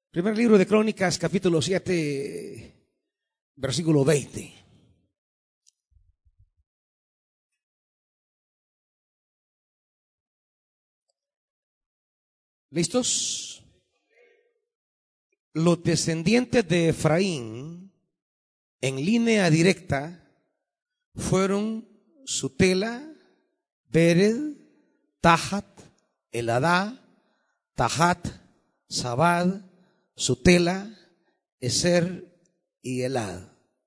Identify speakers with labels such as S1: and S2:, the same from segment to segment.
S1: Primer libro de Crónicas, capítulo 7, versículo 20. ¿Listos? Los descendientes de Efraín, en línea directa, fueron Sutela, Bered, Tahat, Eladá, Tahat, Sabad, Sutela, Eser y Elad.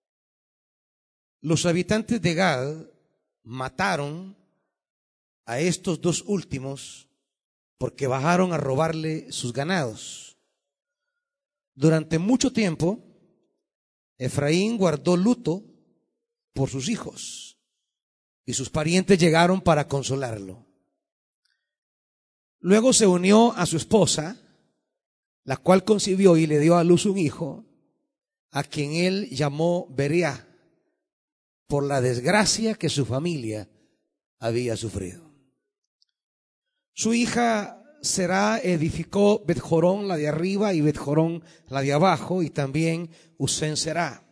S1: Los habitantes de Gad mataron a estos dos últimos porque bajaron a robarle sus ganados. Durante mucho tiempo, Efraín guardó luto por sus hijos y sus parientes llegaron para consolarlo. Luego se unió a su esposa, la cual concibió y le dio a luz un hijo, a quien él llamó Berea, por la desgracia que su familia había sufrido. Su hija Será edificó Bet-Jorón, la de arriba, y Bet-Jorón, la de abajo, y también Usén Será.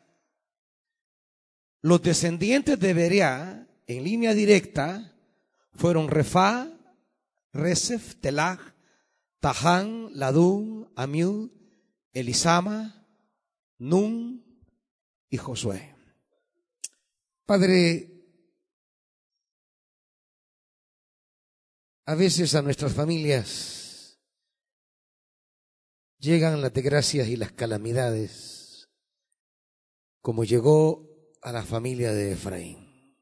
S1: Los descendientes de Berea, en línea directa, fueron Refá, Resef, Telach, Tahán, Ladún, Amiud, Elisama, Nun y Josué. Padre, a veces a nuestras familias llegan las desgracias y las calamidades, como llegó a la familia de Efraín.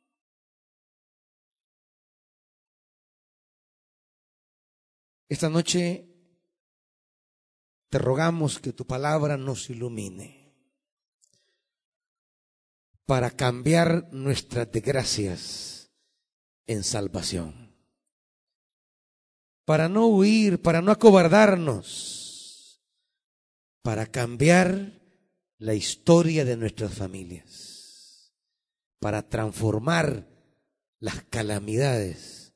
S1: Esta noche te rogamos que tu palabra nos ilumine para cambiar nuestras desgracias en salvación. Para no huir, para no acobardarnos, para cambiar la historia de nuestras familias, para transformar las calamidades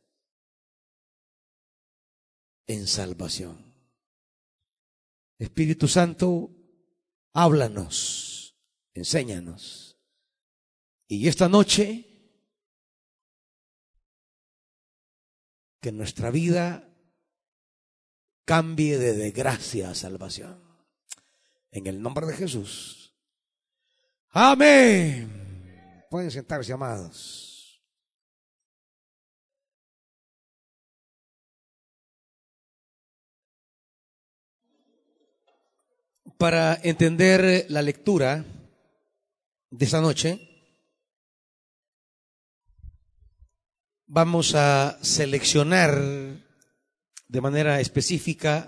S1: en salvación. Espíritu Santo, háblanos, enséñanos. Y esta noche, que nuestra vida cambie de desgracia a salvación. En el nombre de Jesús. Amén. Pueden sentarse, amados. Para entender la lectura de esta noche, vamos a seleccionar de manera específica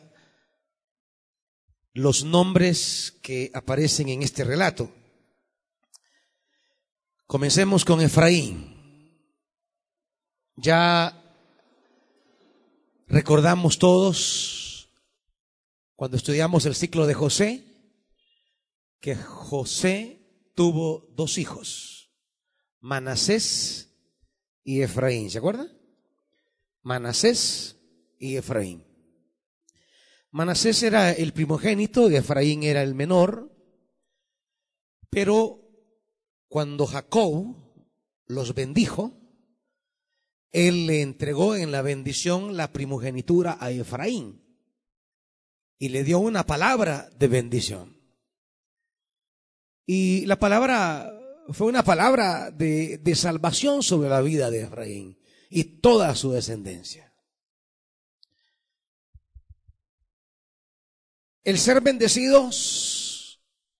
S1: los nombres que aparecen en este relato. Comencemos con Efraín. Ya recordamos todos, cuando estudiamos el ciclo de José, que José tuvo dos hijos, Manasés y Efraín. ¿Se acuerdan? Manasés y Efraín. Manasés era el primogénito y Efraín era el menor, pero cuando Jacob los bendijo, él le entregó en la bendición la primogenitura a Efraín y le dio una palabra de bendición. Y la palabra fue una palabra de salvación sobre la vida de Efraín y toda su descendencia. El ser bendecidos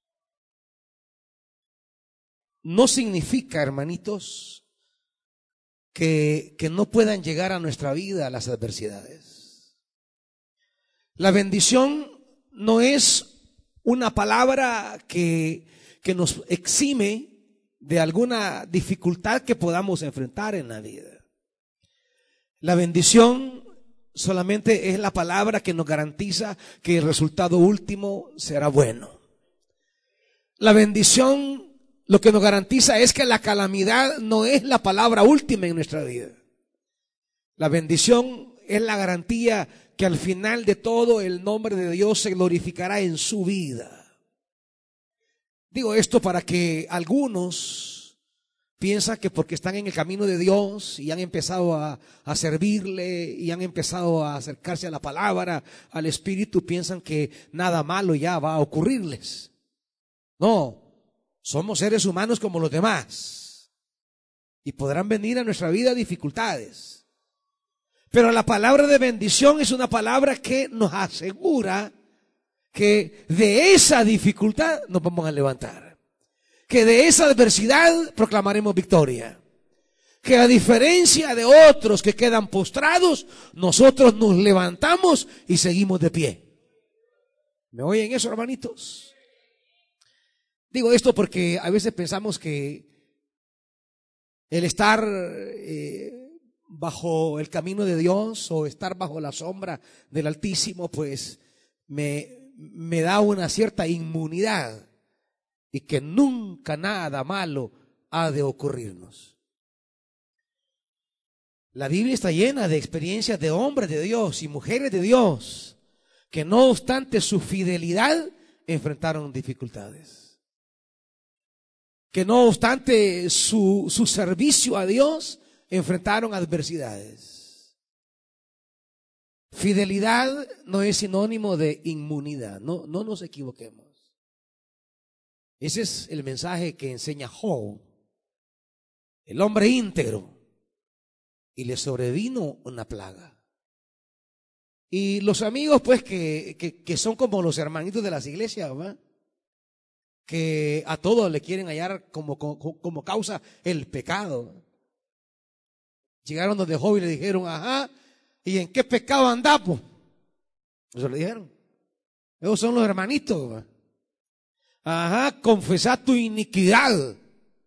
S1: no significa, hermanitos, que no puedan llegar a nuestra vida las adversidades. La bendición no es una palabra que nos exime de alguna dificultad que podamos enfrentar en la vida. La bendición solamente es la palabra que nos garantiza que el resultado último será bueno. La bendición lo que nos garantiza es que la calamidad no es la palabra última en nuestra vida. La bendición es la garantía que al final de todo el nombre de Dios se glorificará en su vida. Digo esto para que algunos piensan que porque están en el camino de Dios y han empezado a servirle y han empezado a acercarse a la palabra, al Espíritu, piensan que nada malo ya va a ocurrirles. No, somos seres humanos como los demás y podrán venir a nuestra vida dificultades. Pero la palabra de bendición es una palabra que nos asegura que de esa dificultad nos vamos a levantar, que de esa adversidad proclamaremos victoria, que a diferencia de otros que quedan postrados, nosotros nos levantamos y seguimos de pie. ¿Me oyen eso, hermanitos? Digo esto porque a veces pensamos que el estar bajo el camino de Dios o estar bajo la sombra del Altísimo, pues me da una cierta inmunidad y que nunca nada malo ha de ocurrirnos. La Biblia está llena de experiencias de hombres de Dios y mujeres de Dios que no obstante su fidelidad enfrentaron dificultades, que no obstante su servicio a Dios enfrentaron adversidades. Fidelidad no es sinónimo de inmunidad, no nos equivoquemos. Ese es el mensaje que enseña Job, el hombre íntegro, y le sobrevino una plaga. Y los amigos, pues, que son como los hermanitos de las iglesias, ¿verdad? Que a todos le quieren hallar como causa el pecado. Llegaron donde Job y le dijeron, ajá, ¿y en qué pecado andamos? Eso le dijeron. Esos son los hermanitos, ¿verdad? Ajá, confesá tu iniquidad.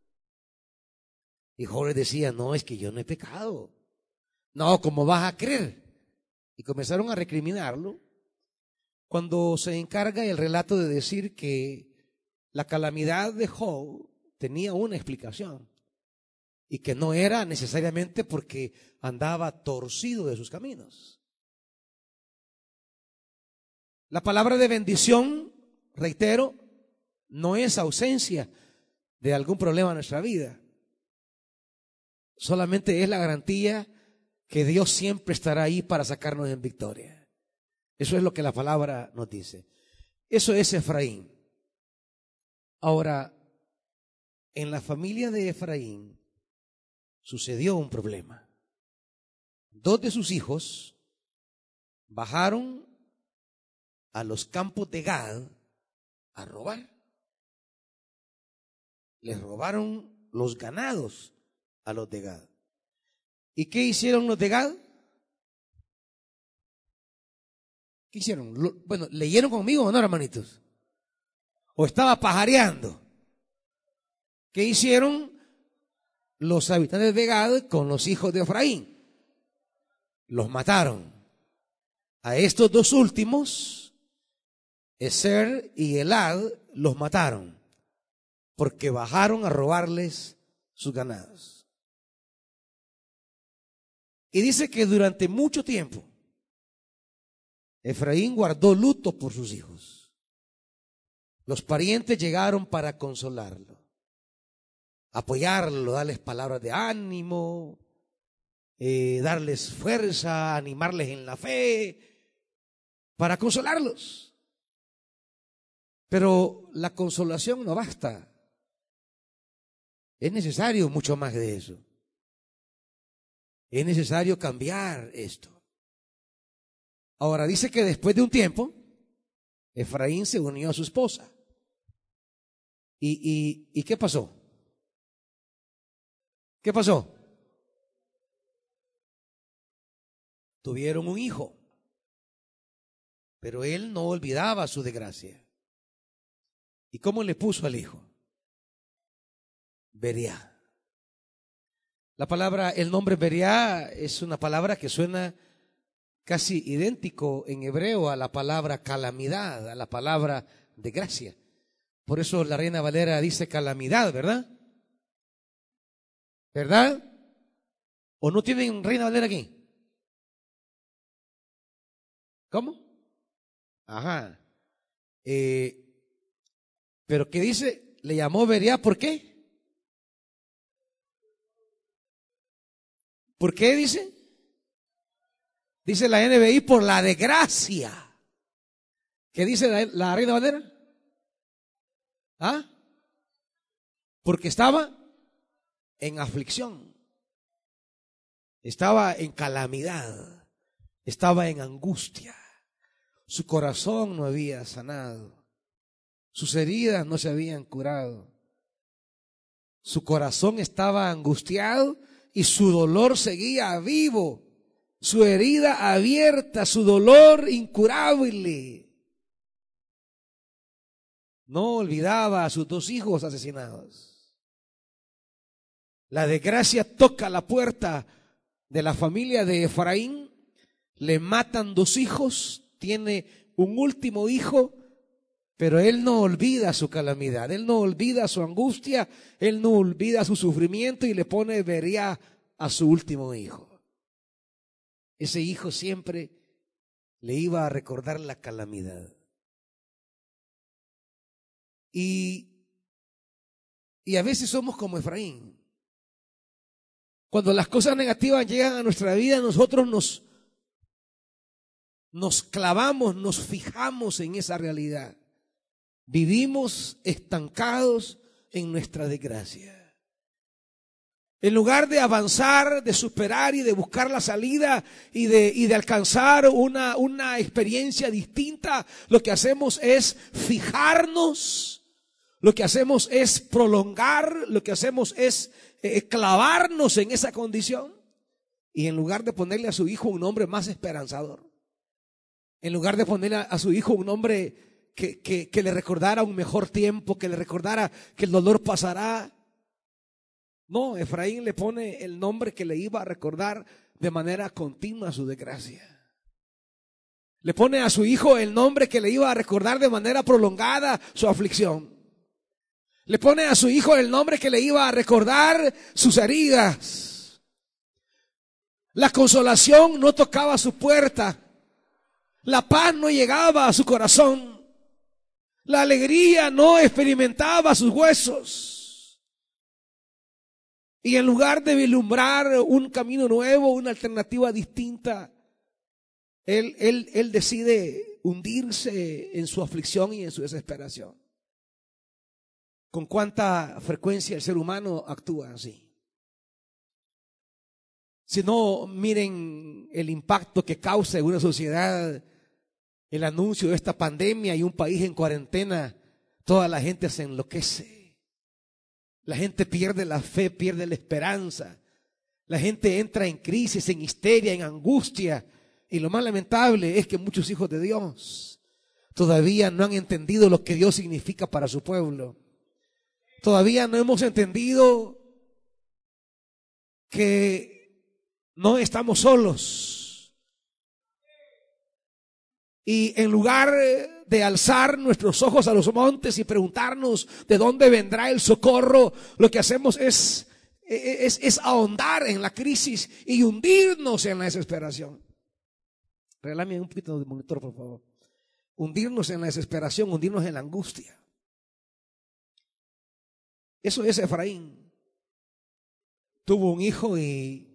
S1: Y Job les decía, no, es que yo no he pecado. No, ¿cómo vas a creer? Y comenzaron a recriminarlo cuando se encarga el relato de decir que la calamidad de Job tenía una explicación y que no era necesariamente porque andaba torcido de sus caminos. La palabra de bendición, reitero, no es ausencia de algún problema en nuestra vida. Solamente es la garantía que Dios siempre estará ahí para sacarnos en victoria. Eso es lo que la palabra nos dice. Eso es Efraín. Ahora, en la familia de Efraín sucedió un problema. Dos de sus hijos bajaron a los campos de Gad a robar. Les robaron los ganados a los de Gad. ¿Y qué hicieron los de Gad? ¿Qué hicieron? Bueno, ¿leyeron conmigo o no, hermanitos? ¿O estaba pajareando? ¿Qué hicieron los habitantes de Gad con los hijos de Efraín? Los mataron. A estos dos últimos, Ezer y Elad, los mataron porque bajaron a robarles sus ganados. Y dice que durante mucho tiempo Efraín guardó luto por sus hijos. Los parientes llegaron para consolarlo, apoyarlo, darles palabras de ánimo, darles fuerza, animarles en la fe, para consolarlos. Pero la consolación no basta. Es necesario mucho más de eso. Es necesario cambiar esto. Ahora dice que después de un tiempo, Efraín se unió a su esposa. ¿Y qué pasó? ¿Qué pasó? Tuvieron un hijo, pero él no olvidaba su desgracia. ¿Y cómo le puso al hijo? Beriá. La palabra, el nombre Beriá es una palabra que suena casi idéntico en hebreo a la palabra calamidad, a la palabra desgracia. Por eso la Reina Valera dice calamidad, ¿verdad? ¿Verdad? ¿O no tienen Reina Valera aquí? ¿Cómo? Ajá. Pero ¿qué dice? Le llamó Berea, ¿por qué? ¿Por qué dice? Dice la NBI, por la desgracia. ¿Qué dice la Reina Valera? ¿Ah? Porque estaba en aflicción, estaba en calamidad, estaba en angustia. Su corazón no había sanado, sus heridas no se habían curado. Su corazón estaba angustiado y su dolor seguía vivo, su herida abierta, su dolor incurable. No olvidaba a sus 2 hijos asesinados. La desgracia toca la puerta de la familia de Efraín, le matan 2 hijos, tiene un último hijo, pero él no olvida su calamidad, él no olvida su angustia, él no olvida su sufrimiento y le pone Berea a su último hijo. Ese hijo siempre le iba a recordar la calamidad. Y a veces somos como Efraín. Cuando las cosas negativas llegan a nuestra vida, nosotros nos clavamos, nos fijamos en esa realidad. Vivimos estancados en nuestra desgracia. En lugar de avanzar, de superar y de buscar la salida y de alcanzar una experiencia distinta, lo que hacemos es fijarnos. Lo que hacemos es prolongar, lo que hacemos es clavarnos en esa condición. Y en lugar de ponerle a su hijo un nombre más esperanzador, en lugar de ponerle a su hijo un nombre que le recordara un mejor tiempo, que le recordara que el dolor pasará, no, Efraín le pone el nombre que le iba a recordar de manera continua su desgracia. Le pone a su hijo el nombre que le iba a recordar de manera prolongada su aflicción. Le pone a su hijo el nombre que le iba a recordar sus heridas. La consolación no tocaba su puerta. La paz no llegaba a su corazón. La alegría no experimentaba sus huesos. Y en lugar de vislumbrar un camino nuevo, una alternativa distinta, él decide hundirse en su aflicción y en su desesperación. ¿Con cuánta frecuencia el ser humano actúa así? Si no, miren el impacto que causa en una sociedad el anuncio de esta pandemia y un país en cuarentena. Toda la gente se enloquece. La gente pierde la fe, pierde la esperanza. La gente entra en crisis, en histeria, en angustia. Y lo más lamentable es que muchos hijos de Dios todavía no han entendido lo que Dios significa para su pueblo. Todavía no hemos entendido que no estamos solos. Y en lugar de alzar nuestros ojos a los montes y preguntarnos de dónde vendrá el socorro, lo que hacemos es ahondar en la crisis y hundirnos en la desesperación. Regálame un poquito de monitor, por favor. Hundirnos en la desesperación, hundirnos en la angustia. Eso es Efraín. Tuvo un hijo y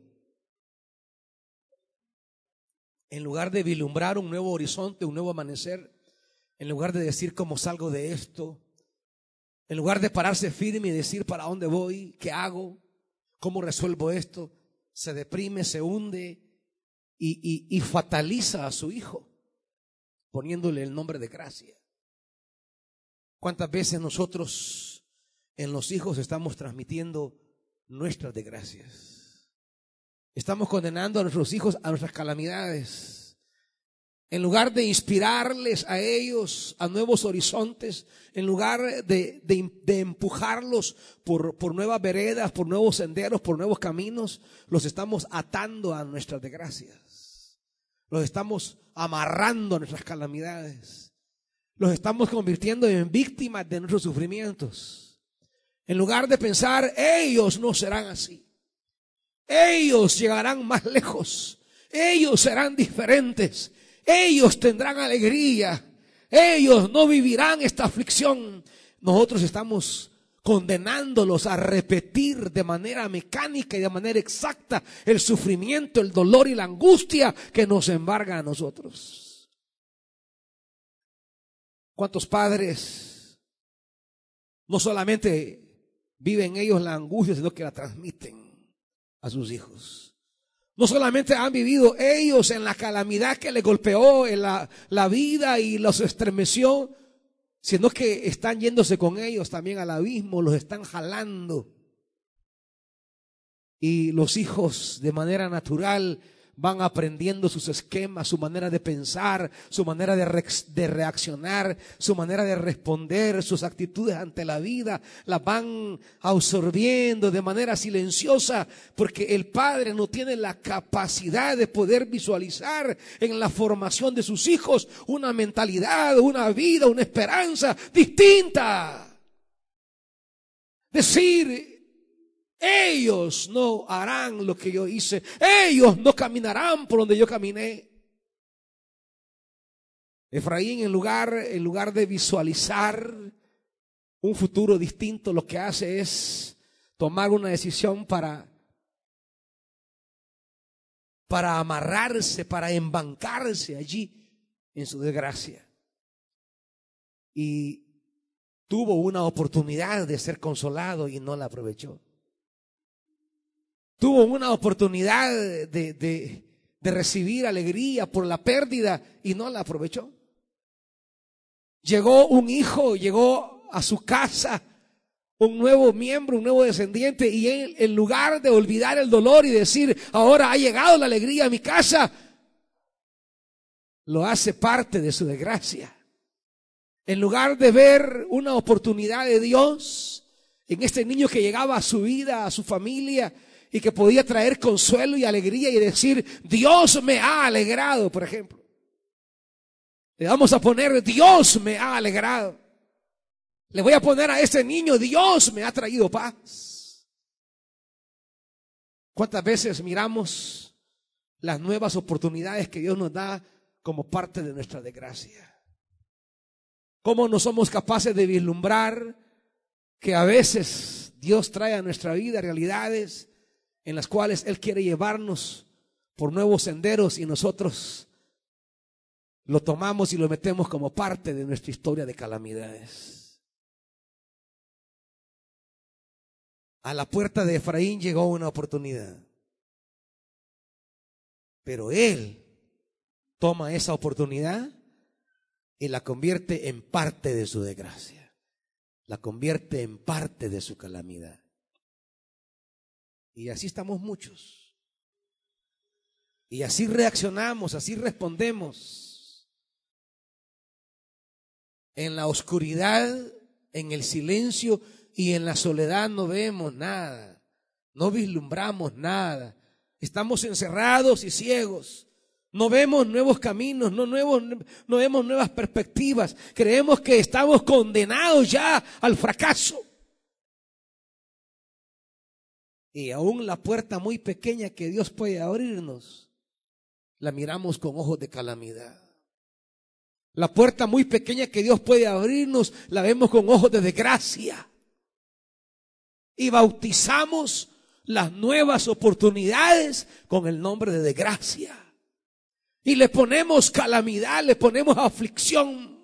S1: en lugar de vislumbrar un nuevo horizonte, un nuevo amanecer, en lugar de decir cómo salgo de esto, en lugar de pararse firme y decir para dónde voy, qué hago, cómo resuelvo esto, se deprime, se hunde y fataliza a su hijo, poniéndole el nombre de gracia. ¿Cuántas veces nosotros en los hijos estamos transmitiendo nuestras desgracias? Estamos condenando a nuestros hijos a nuestras calamidades. En lugar de inspirarles a ellos a nuevos horizontes, en lugar de empujarlos por nuevas veredas, por nuevos senderos, por nuevos caminos, los estamos atando a nuestras desgracias. Los estamos amarrando a nuestras calamidades. Los estamos convirtiendo en víctimas de nuestros sufrimientos. En lugar de pensar, ellos no serán así. Ellos llegarán más lejos. Ellos serán diferentes. ellos tendrán alegría, ellos no vivirán esta aflicción. Nosotros estamos condenándolos a repetir de manera mecánica y de manera exacta el sufrimiento, el dolor y la angustia que nos embarga a nosotros. ¿Cuántos padres no solamente viven ellos la angustia, sino que la transmiten a sus hijos? No solamente han vivido ellos en la calamidad que les golpeó en la vida y los estremeció, sino que están yéndose con ellos también al abismo, los están jalando. Y los hijos de manera natural van aprendiendo sus esquemas, su manera de pensar, su manera de reaccionar, su manera de responder, sus actitudes ante la vida, las van absorbiendo de manera silenciosa, porque el padre no tiene la capacidad de poder visualizar en la formación de sus hijos una mentalidad, una vida, una esperanza distinta. Decir: ellos no harán lo que yo hice, ellos no caminarán por donde yo caminé. Efraín, en lugar de visualizar un futuro distinto, lo que hace es tomar una decisión para amarrarse, para embancarse allí en su desgracia. Y tuvo una oportunidad de ser consolado y no la aprovechó. Tuvo una oportunidad de recibir alegría por la pérdida y no la aprovechó. Llegó un hijo, llegó a su casa un nuevo miembro, un nuevo descendiente, y él, en lugar de olvidar el dolor y decir: ahora ha llegado la alegría a mi casa, lo hace parte de su desgracia. En lugar de ver una oportunidad de Dios en este niño que llegaba a su vida, a su familia, y que podía traer consuelo y alegría y decir: Dios me ha alegrado, por ejemplo. Le vamos a poner: Dios me ha alegrado. Le voy a poner a ese niño: Dios me ha traído paz. ¿Cuántas veces miramos las nuevas oportunidades que Dios nos da como parte de nuestra desgracia? ¿Cómo no somos capaces de vislumbrar que a veces Dios trae a nuestra vida realidades en las cuales Él quiere llevarnos por nuevos senderos y nosotros lo tomamos y lo metemos como parte de nuestra historia de calamidades? A la puerta de Efraín llegó una oportunidad, pero él toma esa oportunidad y la convierte en parte de su desgracia, la convierte en parte de su calamidad. Y así estamos muchos. Y así reaccionamos, así respondemos. En la oscuridad, en el silencio y en la soledad no vemos nada, no vislumbramos nada. Estamos encerrados y ciegos. No vemos nuevos caminos, no vemos nuevas perspectivas. Creemos que estamos condenados ya al fracaso. Y aún la puerta muy pequeña que Dios puede abrirnos, la miramos con ojos de calamidad. La puerta muy pequeña que Dios puede abrirnos, la vemos con ojos de desgracia. Y bautizamos las nuevas oportunidades con el nombre de desgracia. Y le ponemos calamidad, le ponemos aflicción.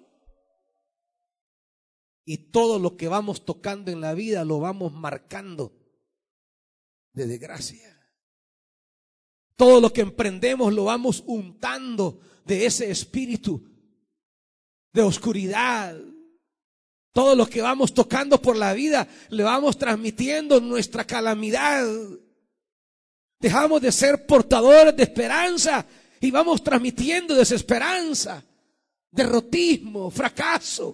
S1: Y todo lo que vamos tocando en la vida lo vamos marcando de desgracia. Todo lo que emprendemos lo vamos untando de ese espíritu de oscuridad. Todo lo que vamos tocando por la vida le vamos transmitiendo nuestra calamidad. Dejamos de ser portadores de esperanza y vamos transmitiendo desesperanza, derrotismo, fracaso.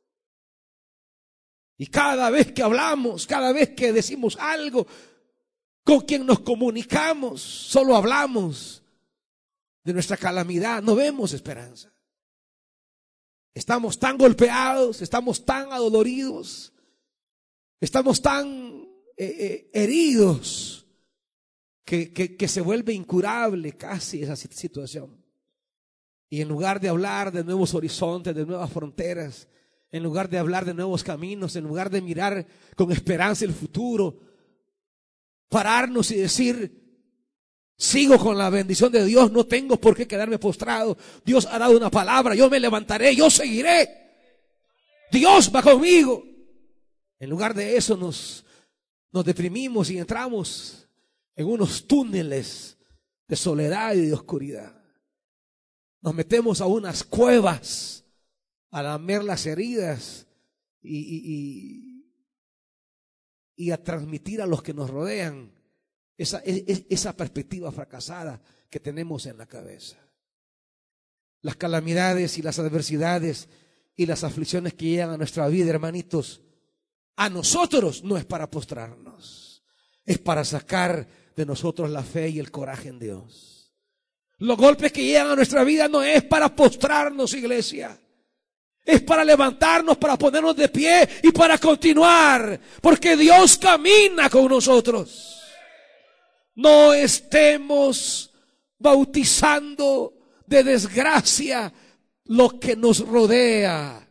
S1: Y cada vez que hablamos, cada vez que decimos algo, con quien nos comunicamos, solo hablamos de nuestra calamidad, no vemos esperanza. Estamos tan golpeados, estamos tan adoloridos, estamos tan heridos que se vuelve incurable casi esa situación. Y en lugar de hablar de nuevos horizontes, de nuevas fronteras, en lugar de hablar de nuevos caminos, en lugar de mirar con esperanza el futuro, pararnos y decir: sigo con la bendición de Dios, no tengo por qué quedarme postrado. Dios ha dado una palabra, yo me levantaré, yo seguiré. Dios va conmigo. En lugar de eso nos deprimimos y entramos en unos túneles de soledad y de oscuridad. Nos metemos a unas cuevas a lamer las heridas y a transmitir a los que nos rodean esa perspectiva fracasada que tenemos en la cabeza. Las calamidades y las adversidades y las aflicciones que llegan a nuestra vida, hermanitos, a nosotros no es para postrarnos, es para sacar de nosotros la fe y el coraje en Dios. Los golpes que llegan a nuestra vida no es para postrarnos, iglesia. Es para levantarnos, para ponernos de pie y para continuar, porque Dios camina con nosotros. No estemos bautizando de desgracia lo que nos rodea.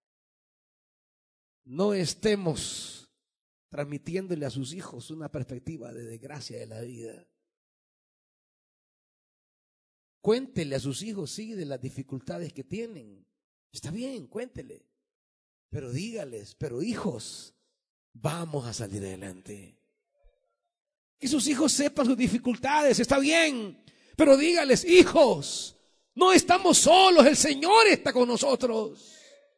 S1: No estemos transmitiéndole a sus hijos una perspectiva de desgracia de la vida. Cuéntele a sus hijos, sí, de las dificultades que tienen. Está bien, cuéntele. Pero dígales: pero hijos, vamos a salir adelante. Que sus hijos sepan sus dificultades, está bien. Pero dígales: hijos, no estamos solos, el Señor está con nosotros.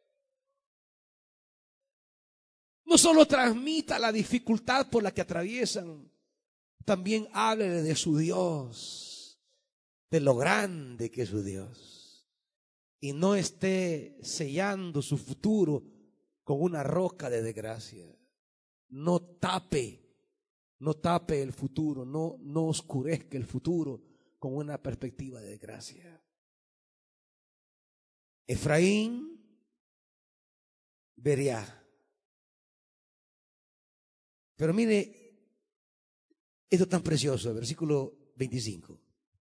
S1: No solo transmita la dificultad por la que atraviesan, también háblele de su Dios, de lo grande que es su Dios. Y no esté sellando su futuro con una roca de desgracia. No tape el futuro, no oscurezca el futuro con una perspectiva de desgracia. Efraín, Berea. Pero mire esto tan precioso, el versículo 25.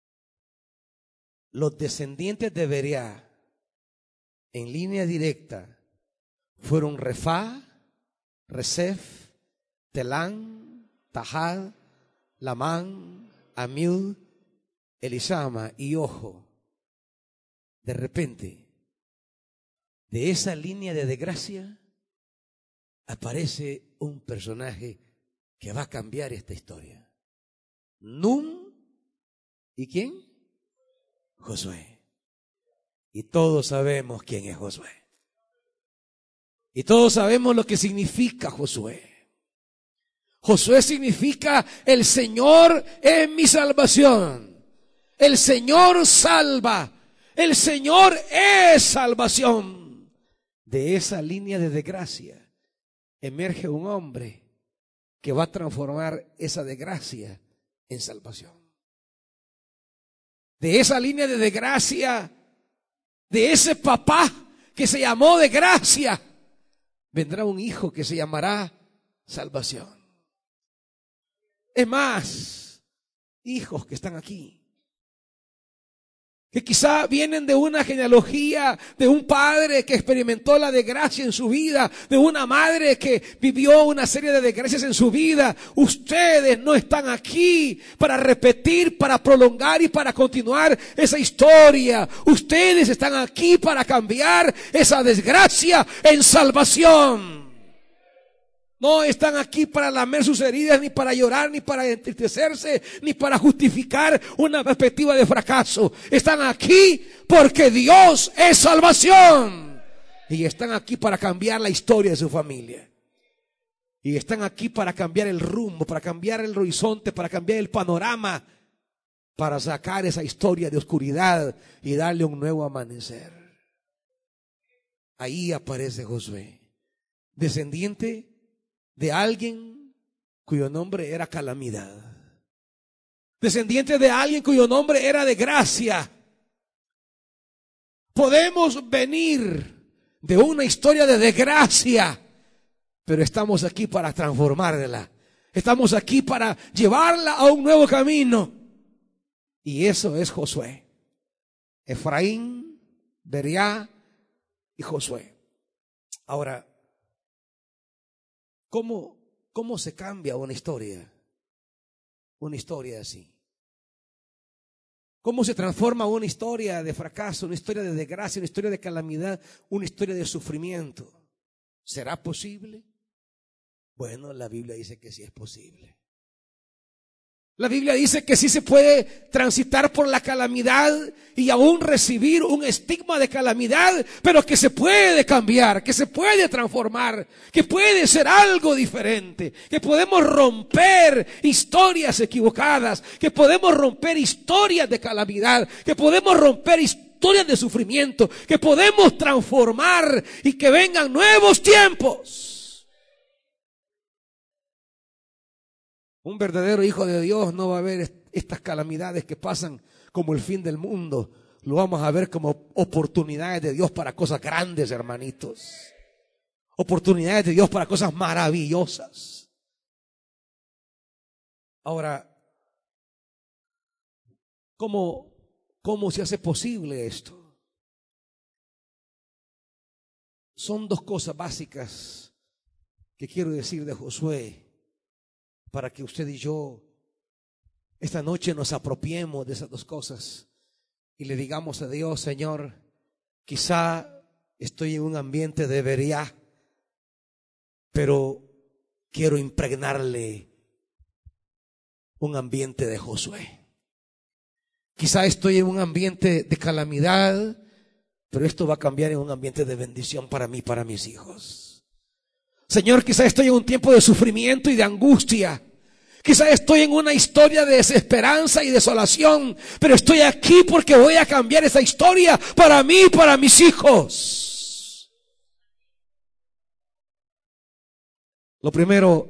S1: Los descendientes de Berea en línea directa fueron Refá, Resef, Telán, Tahad, Lamán, Amiud, Elisama. Y ojo, de repente, de esa línea de desgracia aparece un personaje que va a cambiar esta historia. Nun, ¿y quién? Josué. Y todos sabemos quién es Josué. Y todos sabemos lo que significa Josué. Josué significa: el Señor es mi salvación. El Señor salva. El Señor es salvación. De esa línea de desgracia emerge un hombre que va a transformar esa desgracia en salvación. De esa línea de desgracia, de ese papá que se llamó desgracia, vendrá un hijo que se llamará salvación. Es más, hijos que están aquí, que quizá vienen de una genealogía de un padre que experimentó la desgracia en su vida, de una madre que vivió una serie de desgracias en su vida. Ustedes no están aquí para repetir, para prolongar y para continuar esa historia. Ustedes están aquí para cambiar esa desgracia en salvación. No están aquí para lamer sus heridas, ni para llorar, ni para entristecerse, ni para justificar una perspectiva de fracaso. Están aquí porque Dios es salvación. Y están aquí para cambiar la historia de su familia. Y están aquí para cambiar el rumbo, para cambiar el horizonte, para cambiar el panorama, para sacar esa historia de oscuridad y darle un nuevo amanecer. Ahí aparece Josué, descendiente de alguien cuyo nombre era calamidad, descendiente de alguien cuyo nombre era de gracia. Podemos venir de una historia de desgracia, pero estamos aquí para transformarla. Estamos aquí para llevarla a un nuevo camino. Y eso es Josué. Efraín, Beriá y Josué. Ahora, ¿cómo se cambia una historia? Una historia así. ¿Cómo se transforma una historia de fracaso, una historia de desgracia, una historia de calamidad, una historia de sufrimiento? ¿Será posible? Bueno, la Biblia dice que sí es posible. La Biblia dice que sí se puede transitar por la calamidad y aún recibir un estigma de calamidad, pero que se puede cambiar, que se puede transformar, que puede ser algo diferente, que podemos romper historias equivocadas, que podemos romper historias de calamidad, que podemos romper historias de sufrimiento, que podemos transformar y que vengan nuevos tiempos. Un verdadero hijo de Dios no va a ver estas calamidades que pasan como el fin del mundo. Lo vamos a ver como oportunidades de Dios para cosas grandes, hermanitos. Oportunidades de Dios para cosas maravillosas. Ahora, ¿cómo se hace posible esto? Son dos cosas básicas que quiero decir de Josué, para que usted y yo esta noche nos apropiemos de esas dos cosas y le digamos a Dios: Señor, quizá estoy en un ambiente de Beriá, pero quiero impregnarle un ambiente de Josué. Quizá estoy en un ambiente de calamidad, pero esto va a cambiar en un ambiente de bendición para mí, para mis hijos. Señor, quizá estoy en un tiempo de sufrimiento y de angustia. Quizá estoy en una historia de desesperanza y desolación, pero estoy aquí porque voy a cambiar esa historia para mí y para mis hijos. Lo primero,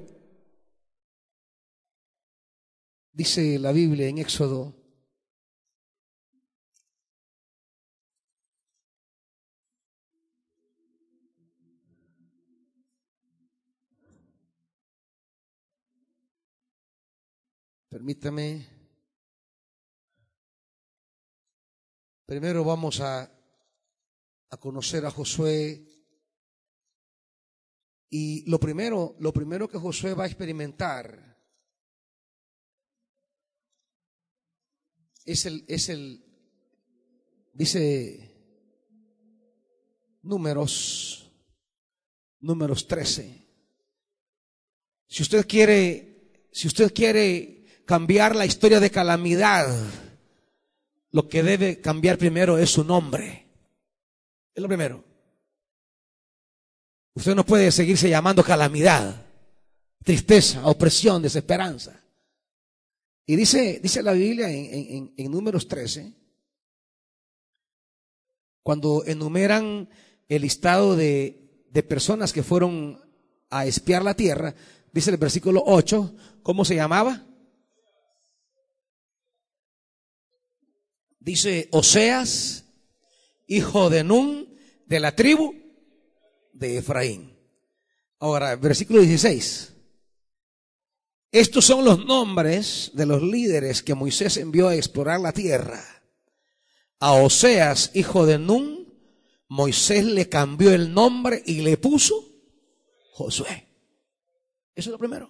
S1: dice la Biblia en Éxodo, permítame, primero vamos a conocer a Josué. Y lo primero que Josué va a experimentar dice Números 13. Si usted quiere cambiar la historia de calamidad, lo que debe cambiar primero es su nombre. Es lo primero. Usted no puede seguirse llamando calamidad, tristeza, opresión, desesperanza. Y dice la Biblia en Números 13, cuando enumeran el listado de personas que fueron a espiar la tierra, dice el versículo 8, ¿cómo se llamaba? Dice Oseas, hijo de Nun, de la tribu de Efraín. Ahora, versículo 16. Estos son los nombres de los líderes que Moisés envió a explorar la tierra. A Oseas, hijo de Nun, Moisés le cambió el nombre y le puso Josué. Eso es lo primero.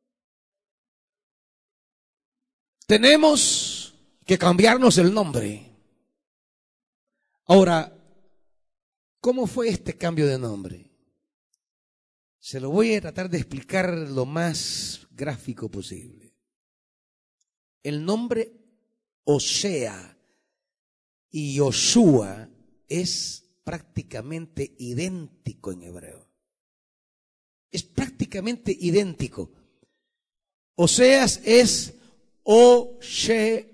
S1: Tenemos que cambiarnos el nombre. Ahora, ¿cómo fue este cambio de nombre? Se lo voy a tratar de explicar lo más gráfico posible. El nombre Osea y Yoshua es prácticamente idéntico en hebreo. Es prácticamente idéntico. Oseas es Oshea.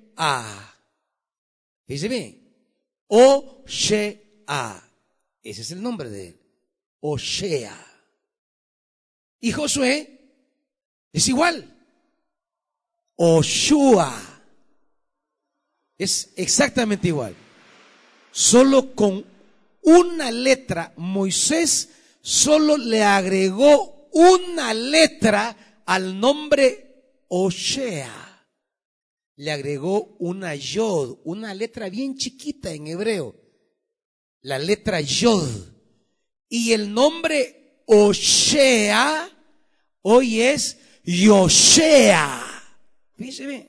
S1: Dice bien, Oshea. Ese es el nombre de él. Oshea. Y Josué es igual. Oshua. Es exactamente igual. Solo con una letra, Moisés solo le agregó una letra al nombre Oshea. Le agregó una yod, una letra bien chiquita en hebreo. la letra Yod. Y el nombre Oshea hoy es Yoshea. Fíjense bien.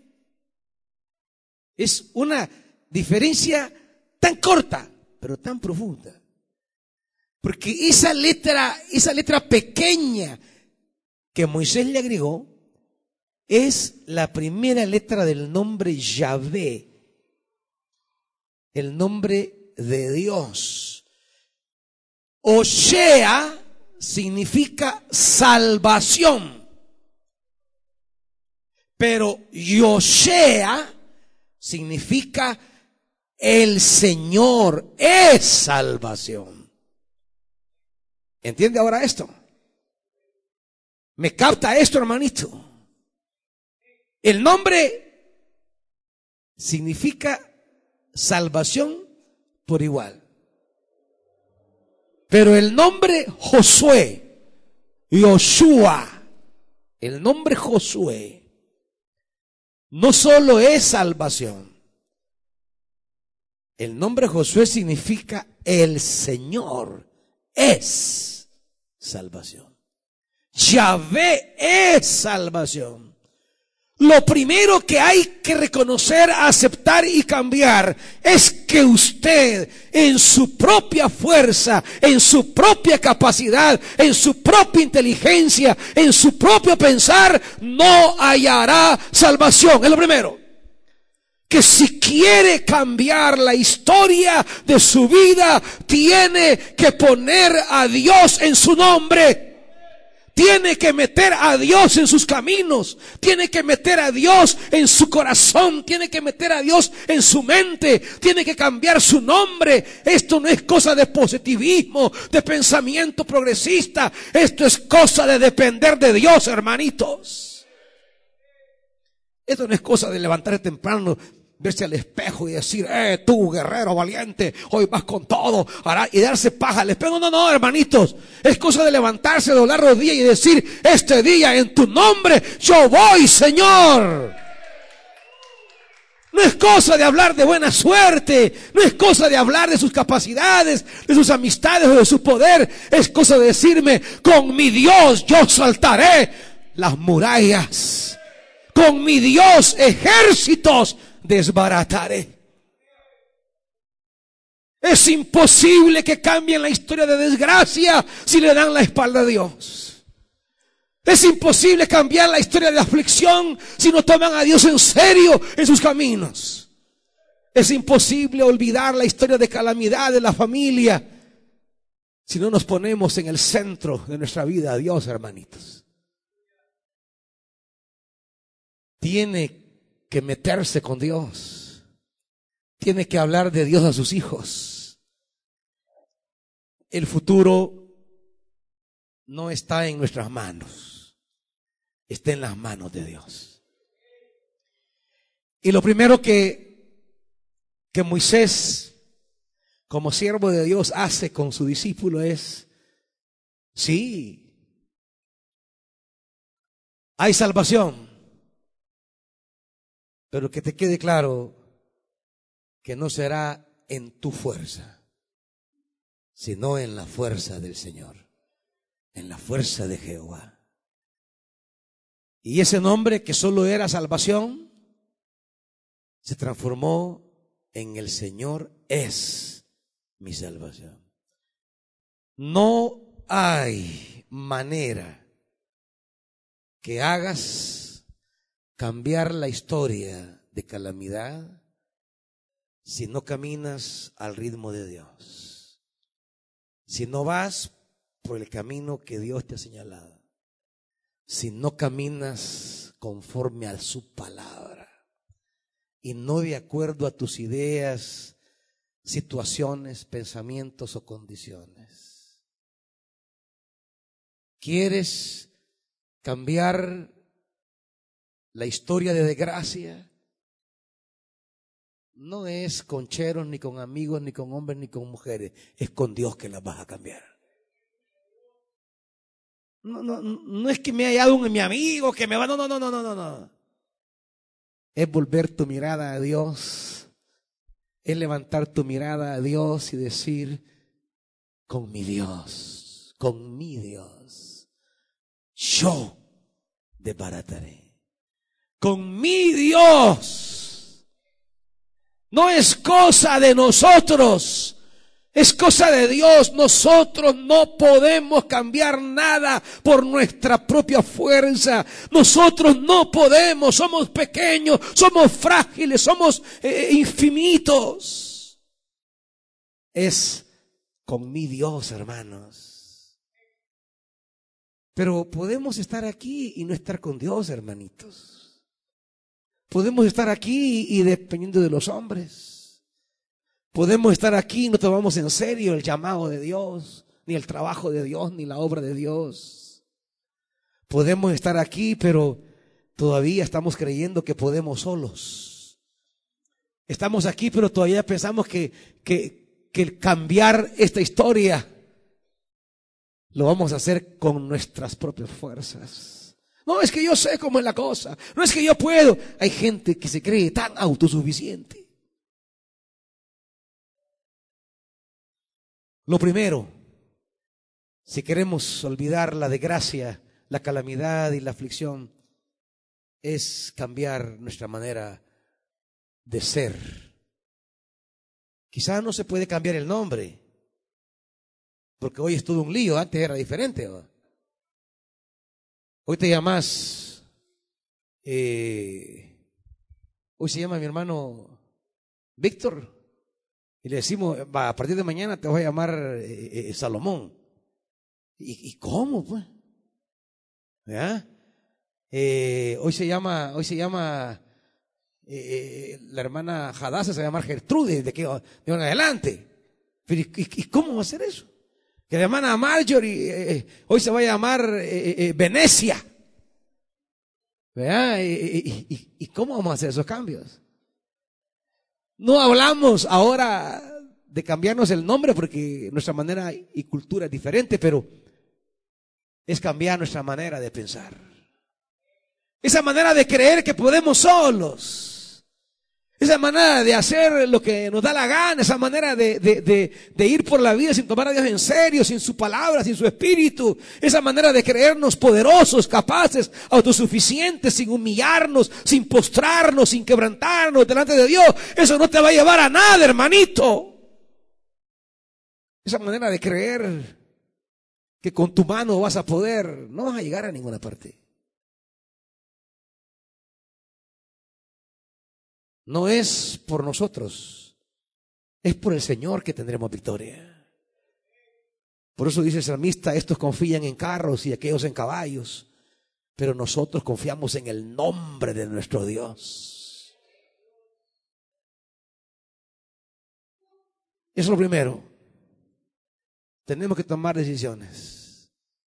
S1: Es una diferencia tan corta, pero tan profunda. Porque esa letra pequeña que Moisés le agregó es la primera letra del nombre Yahvé, el nombre de Dios. Oshea significa salvación, pero Yoshea significa el Señor es salvación. ¿Entiende ahora esto? ¿Me capta esto, hermanito? El nombre significa salvación por igual. Pero el nombre Josué, Yoshua, el nombre Josué, no solo es salvación. El nombre Josué significa el Señor es salvación. Yahvé es salvación. Lo primero que hay que reconocer, aceptar y cambiar es que usted en su propia fuerza, en su propia capacidad, en su propia inteligencia, en su propio pensar, no hallará salvación. Es lo primero. Que si quiere cambiar la historia de su vida, tiene que poner a Dios en su nombre. Tiene que meter a Dios en sus caminos, tiene que meter a Dios en su corazón, tiene que meter a Dios en su mente, tiene que cambiar su nombre. Esto no es cosa de positivismo, de pensamiento progresista, esto es cosa de depender de Dios, hermanitos. Esto no es cosa de levantarse temprano, verse al espejo y decir, tú guerrero valiente, hoy vas con todo, y darse paja al espejo. No, hermanitos, es cosa de levantarse, doblar rodillas y decir, este día en tu nombre yo voy, Señor. No es cosa de hablar de buena suerte, no es cosa de hablar de sus capacidades, de sus amistades o de su poder. Es cosa de decirme, con mi Dios yo saltaré las murallas, con mi Dios ejércitos desbarataré. Es imposible que cambien la historia de desgracia si le dan la espalda a Dios. Es imposible cambiar la historia de aflicción si no toman a Dios en serio en sus caminos. Es imposible olvidar la historia de calamidad de la familia si no nos ponemos en el centro de nuestra vida a Dios, hermanitos. Tiene que meterse con Dios. Tiene que hablar de Dios a sus hijos. El futuro no está en nuestras manos, está en las manos de Dios. Y lo primero que Moisés, como siervo de Dios, hace con su discípulo es, sí, hay salvación, pero que te quede claro que no será en tu fuerza, sino en la fuerza del Señor, en la fuerza de Jehová. Y ese nombre que solo era salvación, se transformó en el Señor es mi salvación. No hay manera que hagas cambiar la historia de calamidad si no caminas al ritmo de Dios, si no vas por el camino que Dios te ha señalado, si no caminas conforme a su palabra y no de acuerdo a tus ideas, situaciones, pensamientos o condiciones. ¿Quieres cambiar la historia de desgracia? No es con cheros, ni con amigos, ni con hombres, ni con mujeres. Es con Dios que las vas a cambiar. No es que me haya dado mi amigo, que me va. No. Es volver tu mirada a Dios. es levantar tu mirada a Dios y decir: con mi Dios, yo desbarataré. Con mi Dios. No es cosa de nosotros, es cosa de Dios. Nosotros no podemos cambiar nada por nuestra propia fuerza. Nosotros no podemos, somos pequeños, somos frágiles, somos infinitos. Es con mi Dios, hermanos. Pero podemos estar aquí y no estar con Dios, hermanitos. Podemos estar aquí y dependiendo de los hombres. Podemos estar aquí y no tomamos en serio el llamado de Dios, ni el trabajo de Dios, ni la obra de Dios. Podemos estar aquí, pero todavía estamos creyendo que podemos solos. Estamos aquí, pero todavía pensamos que cambiar esta historia lo vamos a hacer con nuestras propias fuerzas. No, es que yo sé cómo es la cosa. No es que yo puedo. Hay gente que se cree tan autosuficiente. Lo primero, si queremos olvidar la desgracia, la calamidad y la aflicción, es cambiar nuestra manera de ser. Quizás no se puede cambiar el nombre, porque hoy es todo un lío. Antes era diferente, ¿no? Hoy te llamas, hoy se llama mi hermano Víctor. Y le decimos: a partir de mañana te voy a llamar Salomón. ¿Y cómo, pues? ¿Ya? Hoy se llama la hermana Hadassah, se va a llamar Gertrude de ahora en adelante. Pero ¿y cómo va a ser eso? Que la hermana Marjorie hoy se va a llamar Venecia. ¿Verdad? ¿Y cómo vamos a hacer esos cambios? No hablamos ahora de cambiarnos el nombre porque nuestra manera y cultura es diferente, pero es cambiar nuestra manera de pensar. Esa manera de creer que podemos solos. Esa manera de hacer lo que nos da la gana. Esa manera de ir por la vida sin tomar a Dios en serio, sin su palabra, sin su espíritu. Esa manera de creernos poderosos, capaces, autosuficientes, sin humillarnos, sin postrarnos, sin quebrantarnos delante de Dios. Eso no te va a llevar a nada, hermanito. Esa manera de creer que con tu mano vas a poder, no vas a llegar a ninguna parte. No es por nosotros, es por el Señor que tendremos victoria. Por eso dice el salmista: estos confían en carros y aquellos en caballos, pero nosotros confiamos en el nombre de nuestro Dios. Eso es lo primero. Tenemos que tomar decisiones.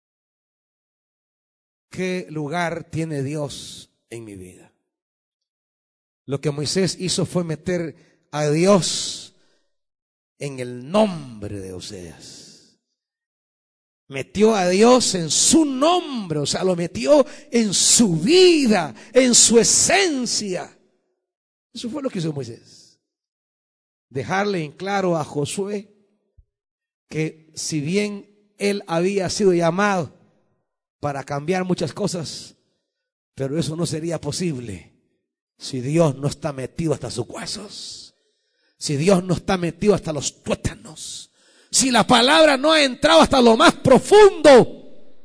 S1: ¿Qué lugar tiene Dios en mi vida? Lo que Moisés hizo fue meter a Dios en el nombre de Oseas. Metió a Dios en su nombre, o sea, lo metió en su vida, en su esencia. Eso fue lo que hizo Moisés. Dejarle en claro a Josué que si bien él había sido llamado para cambiar muchas cosas, pero eso no sería posible si Dios no está metido hasta sus huesos, si Dios no está metido hasta los tuétanos, si la palabra no ha entrado hasta lo más profundo.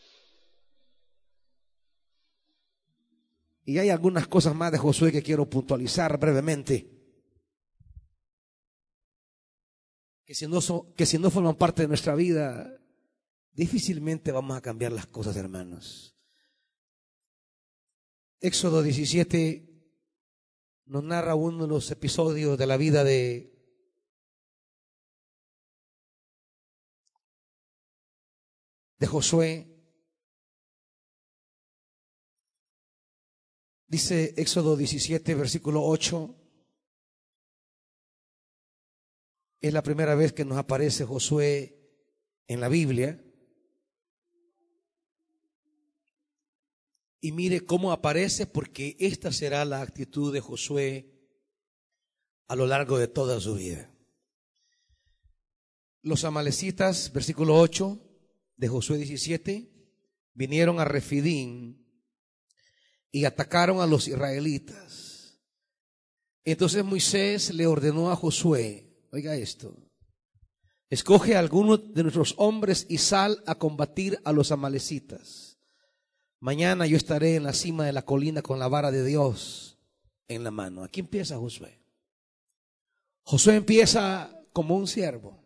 S1: Y hay algunas cosas más de Josué que quiero puntualizar brevemente, que si no forman parte de nuestra vida, difícilmente vamos a cambiar las cosas, hermanos. Éxodo 17 nos narra uno de los episodios de la vida de Josué. Dice Éxodo 17, versículo 8. Es la primera vez que nos aparece Josué en la Biblia. Y mire cómo aparece, porque esta será la actitud de Josué a lo largo de toda su vida. Los amalecitas, versículo 8 de Josué 17, vinieron a Refidín y atacaron a los israelitas. Entonces Moisés le ordenó a Josué, oiga esto: escoge a alguno de nuestros hombres y sal a combatir a los amalecitas. Mañana yo estaré en la cima de la colina con la vara de Dios en la mano. Aquí empieza Josué. Josué empieza como un siervo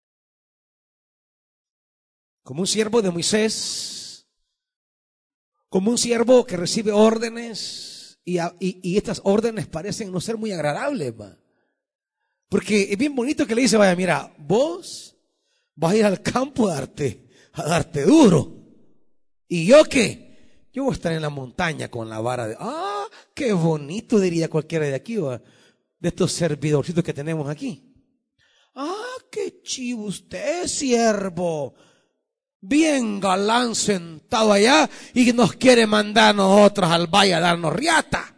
S1: de Moisés, como un siervo que recibe órdenes y estas órdenes parecen no ser muy agradables, ¿va? Porque es bien bonito que le dice, vaya, mira, vos vas a ir al campo a darte duro. ¿Y yo qué? Yo voy a estar en la montaña con la vara de... ¡Ah, qué bonito! Diría cualquiera de aquí, ¿va? De estos servidorcitos que tenemos aquí. ¡Ah, qué chivo usted, siervo! Bien galán sentado allá y nos quiere mandar a nosotros al valle a darnos riata.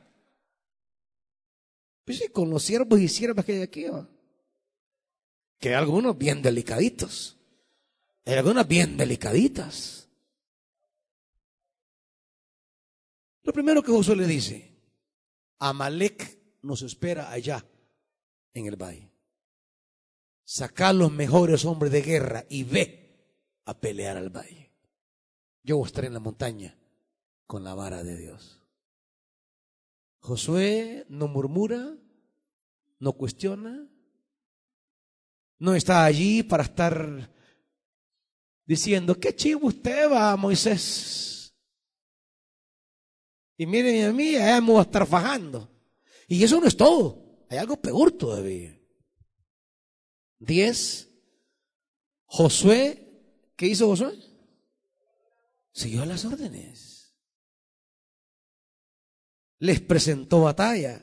S1: Pues sí, con los siervos y siervas que hay aquí, ¿va? Que hay algunos bien delicaditos, hay algunas bien delicaditas. Lo primero que Josué le dice: Amalec nos espera allá en el valle. Sacá los mejores hombres de guerra y ve a pelear al valle. Yo voy a estar en la montaña con la vara de Dios. Josué no murmura, no cuestiona, no está allí para estar diciendo, qué chivo usted va, Moisés. Y miren a mí, allá me voy a estar fajando. Y eso no es todo, hay algo peor todavía. 10. Josué, ¿qué hizo Josué? Siguió las órdenes. Les presentó batalla.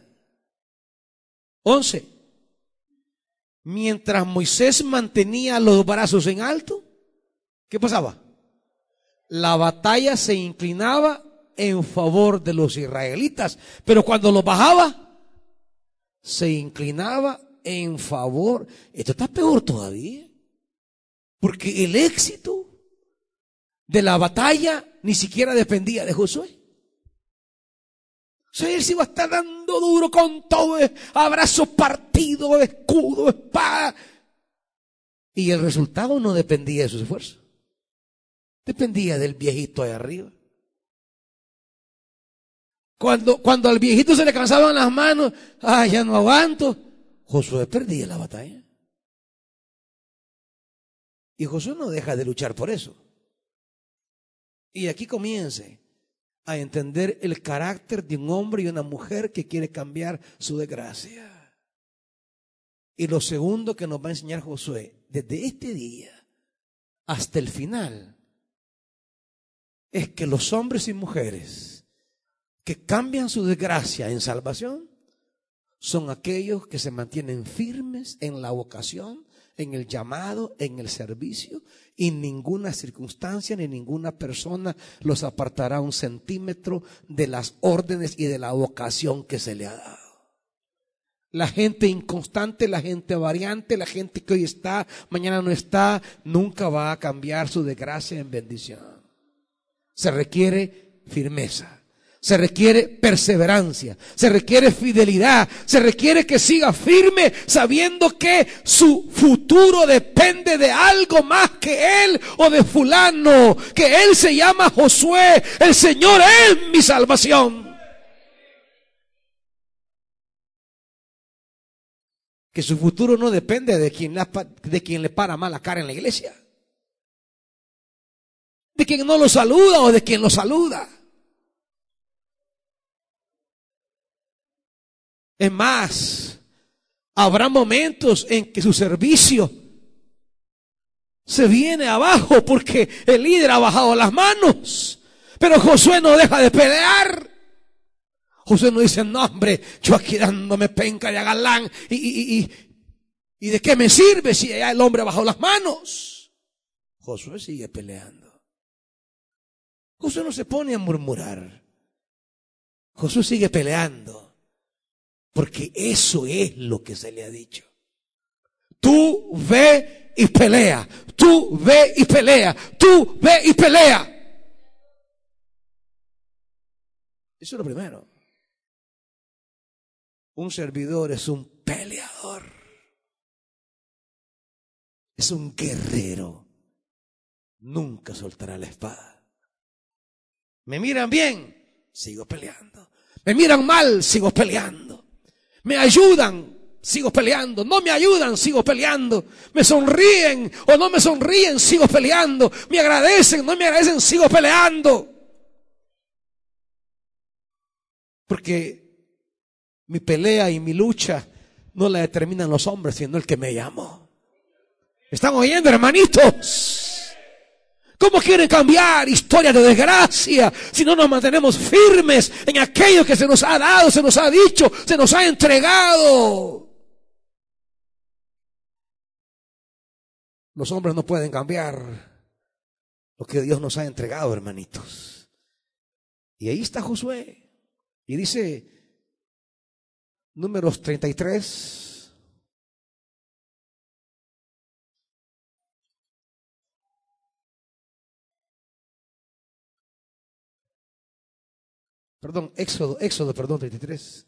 S1: 11. Mientras Moisés mantenía los brazos en alto, ¿qué pasaba? La batalla se inclinaba en favor de los israelitas, pero cuando los bajaba, se inclinaba en favor. Esto está peor todavía, porque el éxito de la batalla ni siquiera dependía de Josué. O sea, él se iba a estar dando duro con todo, abrazo partido, escudo, espada. Y el resultado no dependía de sus esfuerzos. Dependía del viejito ahí arriba. Cuando al viejito se le cansaban las manos, ya no aguanto, Josué perdía la batalla. Y Josué no deja de luchar por eso. Y aquí comience a entender el carácter de un hombre y una mujer que quiere cambiar su desgracia. Y lo segundo que nos va a enseñar Josué desde este día hasta el final es que los hombres y mujeres que cambian su desgracia en salvación son aquellos que se mantienen firmes en la vocación, en el llamado, en el servicio, y ninguna circunstancia ni ninguna persona los apartará un centímetro de las órdenes y de la vocación que se le ha dado. La gente inconstante, la gente variante, la gente que hoy está, mañana no está, nunca va a cambiar su desgracia en bendición. Se requiere firmeza. Se requiere perseverancia, se requiere fidelidad, se requiere que siga firme sabiendo que su futuro depende de algo más que él o de fulano, que él se llama Josué, el Señor es mi salvación. Que su futuro no depende de quien le para mal la cara en la iglesia, de quien no lo saluda o de quien lo saluda. Es más, habrá momentos en que su servicio se viene abajo porque el líder ha bajado las manos. Pero Josué no deja de pelear. Josué no dice, no hombre, yo aquí dándome penca de agalán. ¿Y de qué me sirve si ya el hombre ha bajado las manos? Josué sigue peleando. Josué no se pone a murmurar. Josué sigue peleando. Porque eso es lo que se le ha dicho. Tú ve y pelea. Tú ve y pelea. Tú ve y pelea. Eso es lo primero. Un servidor es un peleador. Es un guerrero. Nunca soltará la espada. Me miran bien, sigo peleando. Me miran mal, sigo peleando. Me ayudan, sigo peleando. No me ayudan, sigo peleando. Me sonríen o no me sonríen, sigo peleando. Me agradecen, no me agradecen, sigo peleando. Porque mi pelea y mi lucha no la determinan los hombres, sino el que me llamó. ¿Están oyendo, hermanitos? ¿Cómo quieren cambiar historias de desgracia si no nos mantenemos firmes en aquello que se nos ha dado, se nos ha dicho, se nos ha entregado? Los hombres no pueden cambiar lo que Dios nos ha entregado, hermanitos. Y ahí está Josué. Y dice, Números 33. Perdón, Éxodo, 33.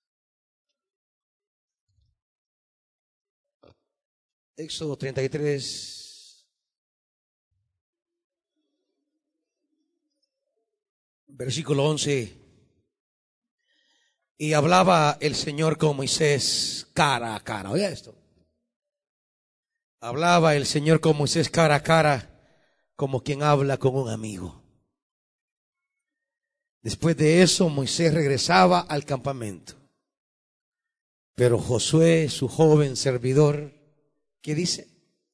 S1: Éxodo 33, versículo 11. Y hablaba el Señor con Moisés cara a cara. Oye esto. Hablaba el Señor con Moisés cara a cara, como quien habla con un amigo. Después de eso, Moisés regresaba al campamento. Pero Josué, su joven servidor, ¿qué dice?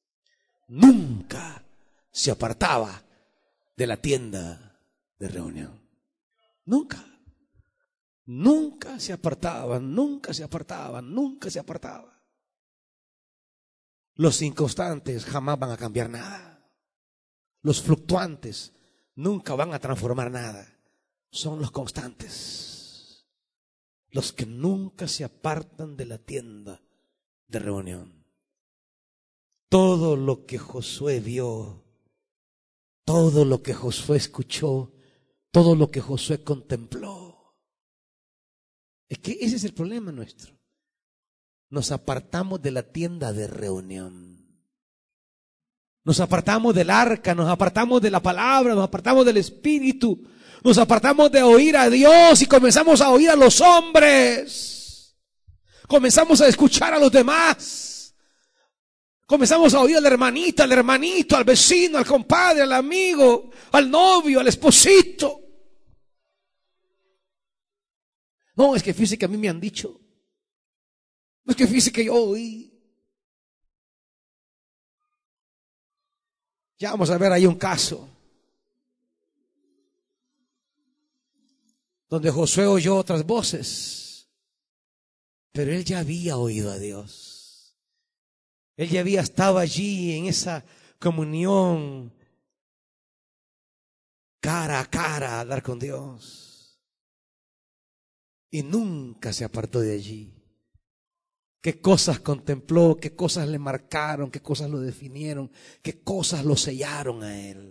S1: Nunca se apartaba de la tienda de reunión. Nunca. Nunca se apartaba, nunca se apartaba, nunca se apartaba. Los inconstantes jamás van a cambiar nada. Los fluctuantes nunca van a transformar nada. Son los constantes, los que nunca se apartan de la tienda de reunión. Todo lo que Josué vio, todo lo que Josué escuchó, todo lo que Josué contempló. Es que ese es el problema nuestro. Nos apartamos de la tienda de reunión. Nos apartamos del arca, nos apartamos de la palabra, nos apartamos del Espíritu. Nos apartamos de oír a Dios y comenzamos a oír a los hombres. Comenzamos a escuchar a los demás. Comenzamos a oír a la hermanita, al hermanito, al vecino, al compadre, al amigo, al novio, al esposito. No, es que fíjese que a mí me han dicho. No es que fíjese que yo oí. Ya vamos a ver ahí un caso donde Josué oyó otras voces, pero él ya había oído a Dios. Él ya había estado allí en esa comunión cara a cara a hablar con Dios. Y nunca se apartó de allí. Qué cosas contempló, qué cosas le marcaron, qué cosas lo definieron, qué cosas lo sellaron a él.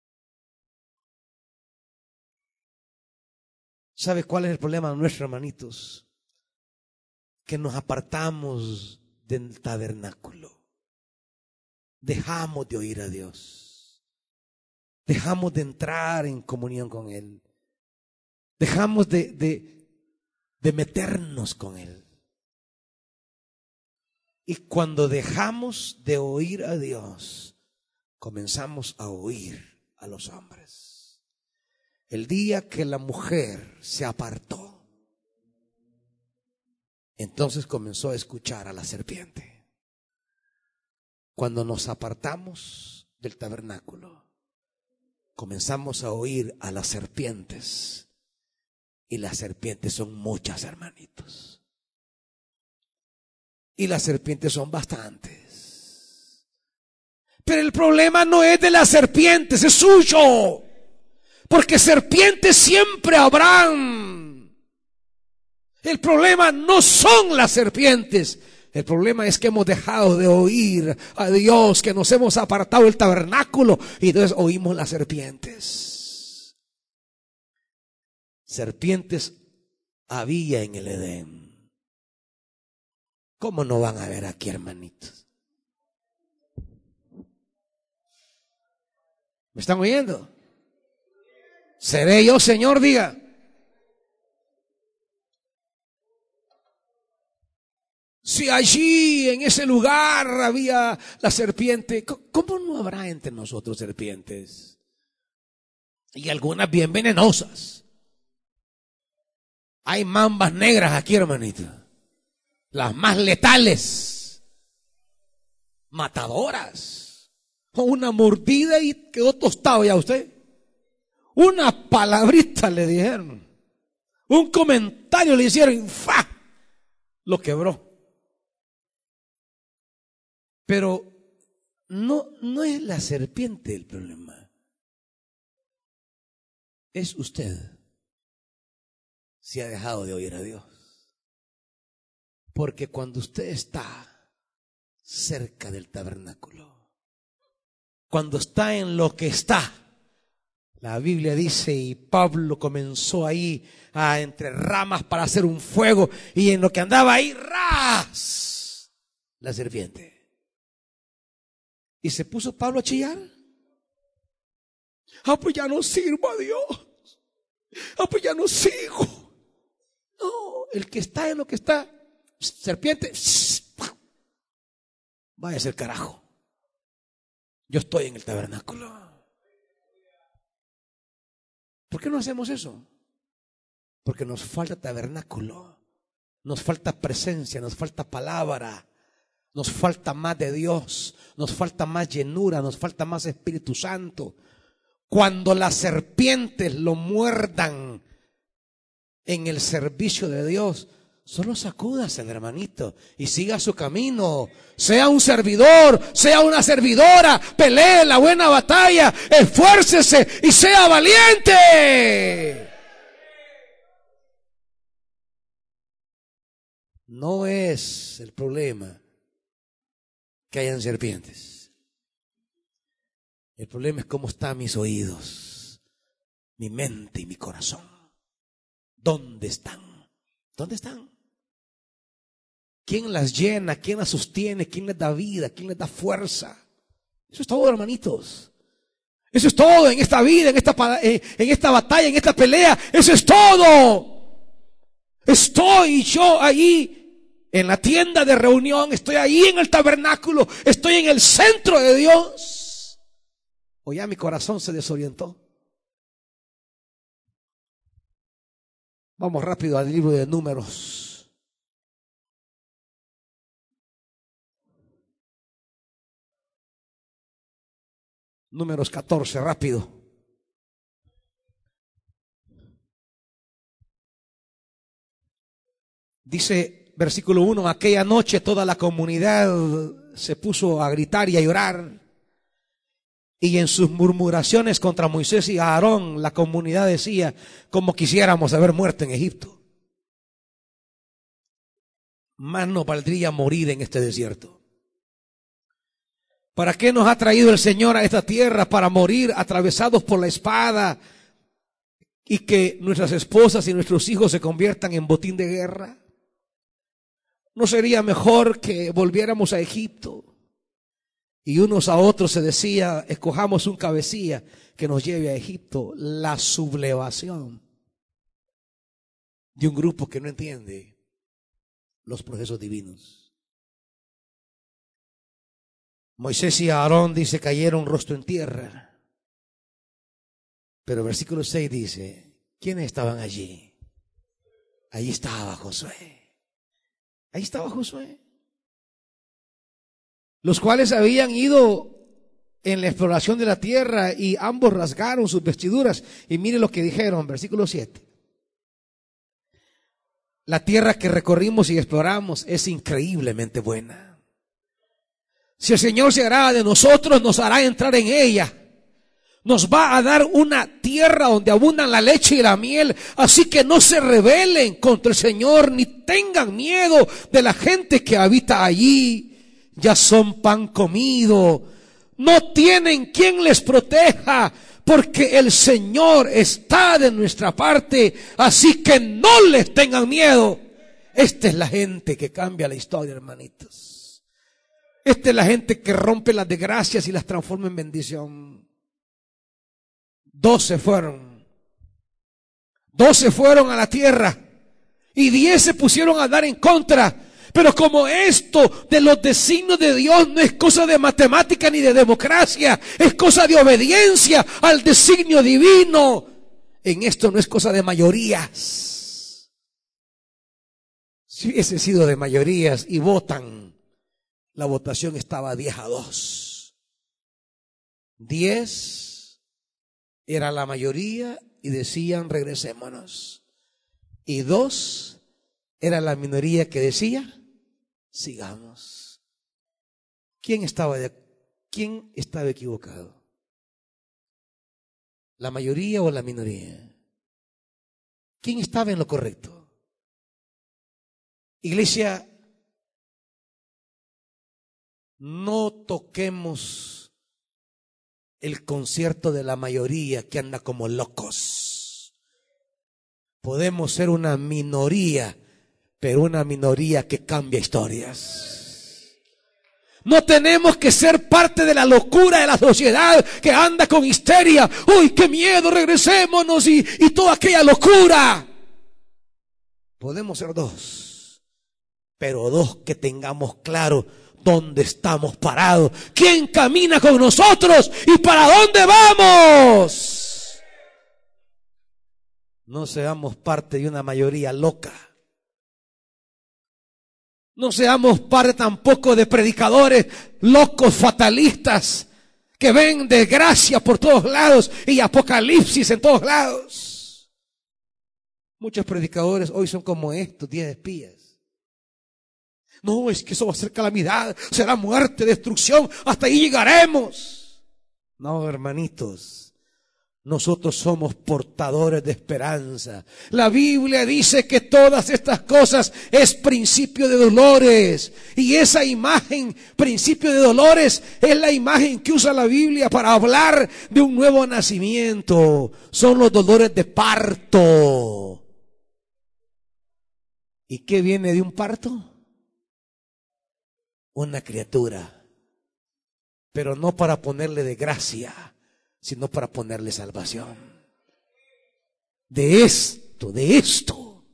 S1: ¿Sabe cuál es el problema nuestro, hermanitos? Que nos apartamos del tabernáculo. Dejamos de oír a Dios. Dejamos de entrar en comunión con Él. Dejamos de meternos con Él. Y cuando dejamos de oír a Dios, comenzamos a oír a los hombres. El día que la mujer se apartó, entonces comenzó a escuchar a la serpiente. Cuando nos apartamos del tabernáculo, comenzamos a oír a las serpientes. Y las serpientes son muchas, hermanitos. Y las serpientes son bastantes. Pero el problema no es de las serpientes, es suyo. Porque serpientes siempre habrán. El problema no son las serpientes. El problema es que hemos dejado de oír a Dios, que nos hemos apartado del tabernáculo y entonces oímos las serpientes. Serpientes había en el Edén. ¿Cómo no van a ver aquí, hermanitos? ¿Me están oyendo? ¿Seré yo, Señor? Diga. Si allí en ese lugar había la serpiente, ¿cómo no habrá entre nosotros serpientes? Y algunas bien venenosas. Hay mambas negras aquí, hermanito. Las más letales. Matadoras. Una mordida y quedó tostado ya usted. Una palabrita le dijeron. Un comentario le hicieron y ¡fa! Lo quebró. Pero no es la serpiente el problema. Es usted si ha dejado de oír a Dios. Porque cuando usted está cerca del tabernáculo, cuando está en lo que está, la Biblia dice, y Pablo comenzó ahí entre ramas para hacer un fuego, y en lo que andaba ahí, ¡ras! La serpiente. ¿Y se puso Pablo a chillar? Pues ya no sirvo a Dios. Pues ya no sigo. No, el que está en lo que está, serpiente, váyase al carajo. Yo estoy en el tabernáculo. ¿Por qué no hacemos eso? Porque nos falta tabernáculo, nos falta presencia, nos falta palabra. Nos falta más de Dios, nos falta más llenura, nos falta más Espíritu Santo. Cuando las serpientes lo muerdan en el servicio de Dios, solo sacúdase, hermanito, y siga su camino. Sea un servidor, sea una servidora, pelee la buena batalla, esfuércese y sea valiente. No es el problema que hayan serpientes. El problema es cómo están mis oídos, mi mente y mi corazón. ¿Dónde están? ¿Dónde están? ¿Quién las llena? ¿Quién las sostiene? ¿Quién les da vida? ¿Quién les da fuerza? Eso es todo, hermanitos. Eso es todo en esta vida, en esta batalla, en esta pelea. Eso es todo. Estoy yo ahí en la tienda de reunión, estoy ahí en el tabernáculo, estoy en el centro de Dios. O ya mi corazón se desorientó. Vamos rápido al libro de Números. Números 14, rápido. Dice versículo 1, aquella noche toda la comunidad se puso a gritar y a llorar. Y en sus murmuraciones contra Moisés y Aarón, la comunidad decía, como quisiéramos haber muerto en Egipto. Más nos valdría morir en este desierto. ¿Para qué nos ha traído el Señor a esta tierra? Para morir atravesados por la espada y que nuestras esposas y nuestros hijos se conviertan en botín de guerra. ¿No sería mejor que volviéramos a Egipto? Y unos a otros se decía, escojamos un cabecilla que nos lleve a Egipto. La sublevación de un grupo que no entiende los procesos divinos. Moisés y Aarón, dice, cayeron rostro en tierra. Pero versículo 6 dice, ¿quiénes estaban allí? Allí estaba Josué. Ahí estaba Josué. Los cuales habían ido en la exploración de la tierra y ambos rasgaron sus vestiduras. Y mire lo que dijeron, versículo 7. La tierra que recorrimos y exploramos es increíblemente buena. Si el Señor se agrada de nosotros, nos hará entrar en ella. nos va a dar una tierra donde abundan la leche y la miel. Así que no se rebelen contra el Señor, ni tengan miedo de la gente que habita allí. Ya son pan comido. No tienen quien les proteja, porque el Señor está de nuestra parte. Así que no les tengan miedo. Esta es la gente que cambia la historia, hermanitos. Esta es la gente que rompe las desgracias y las transforma en bendición. 12 fueron a la tierra y 10 se pusieron a dar en contra. Pero como esto de los designios de Dios no es cosa de matemática ni de democracia, es cosa de obediencia al designio divino. En esto no es cosa de mayorías. Si hubiese sido de mayorías y votan, la votación estaba 10-2. 10 era la mayoría y decían regresémonos. Y 2 era la minoría que decía sigamos. ¿Quién estaba equivocado? ¿La mayoría o la minoría? ¿Quién estaba en lo correcto? Iglesia, no toquemos el concierto de la mayoría que anda como locos. Podemos ser una minoría, pero una minoría que cambia historias. No tenemos que ser parte de la locura de la sociedad que anda con histeria. ¡Uy, qué miedo! Regresémonos y toda aquella locura. Podemos ser 2, pero 2 que tengamos claro dónde estamos parados, quién camina con nosotros y para dónde vamos. No seamos parte de una mayoría loca. No seamos parte tampoco de predicadores locos, fatalistas, que ven desgracia por todos lados y apocalipsis en todos lados. Muchos predicadores hoy son como estos 10 espías. No, es que eso va a ser calamidad, será muerte, destrucción, hasta ahí llegaremos. No, hermanitos, nosotros somos portadores de esperanza. La Biblia dice que todas estas cosas es principio de dolores. Y esa imagen, principio de dolores, es la imagen que usa la Biblia para hablar de un nuevo nacimiento. Son los dolores de parto. ¿Y qué viene de un parto? Una criatura, pero no para ponerle de gracia, sino para ponerle salvación. De esto,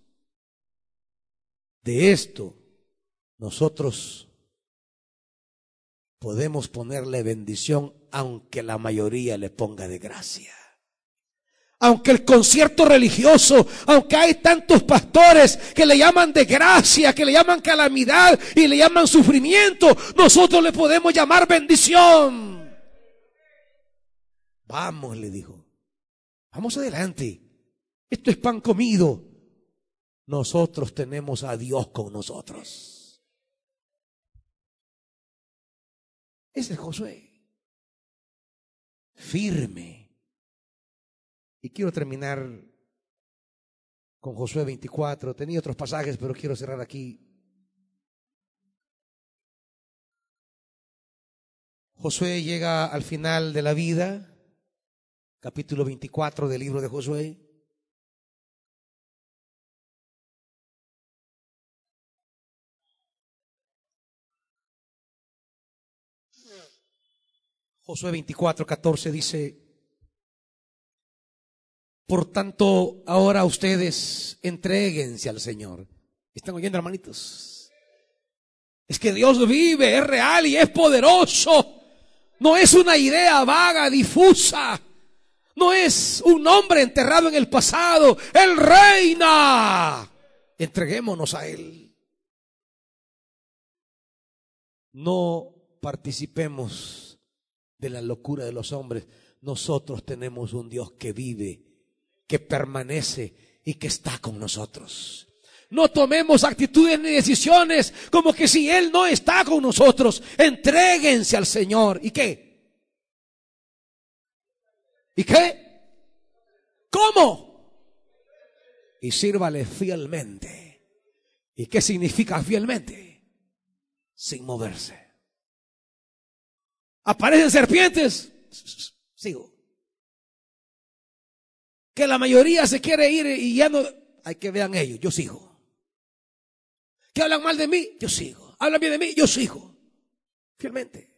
S1: nosotros podemos ponerle bendición, aunque la mayoría le ponga de gracia. Aunque el concierto religioso, aunque hay tantos pastores que le llaman desgracia, que le llaman calamidad y le llaman sufrimiento, nosotros le podemos llamar bendición. Vamos, le dijo, vamos adelante. Esto es pan comido. Nosotros tenemos a Dios con nosotros. Ese es Josué. Firme. Y quiero terminar con Josué 24. Tenía otros pasajes, pero quiero cerrar aquí. Josué llega al final de la vida, capítulo 24 del libro de Josué. Josué 24:14 dice: por tanto, ahora ustedes entréguense al Señor. ¿Están oyendo, hermanitos? Es que Dios vive, es real y es poderoso. No es una idea vaga, difusa. No es un hombre enterrado en el pasado. Él reina. Entreguémonos a Él. No participemos de la locura de los hombres. Nosotros tenemos un Dios que vive, que permanece y que está con nosotros. No tomemos actitudes ni decisiones como que si Él no está con nosotros. Entréguense al Señor. ¿Y qué? ¿Y qué? ¿Cómo? Y sírvale fielmente. ¿Y qué significa fielmente? Sin moverse. Aparecen serpientes, sigo. Que la mayoría se quiere ir y ya no, hay que vean ellos, yo sigo. Que hablan mal de mí, yo sigo. Hablan bien de mí, yo sigo. Fielmente.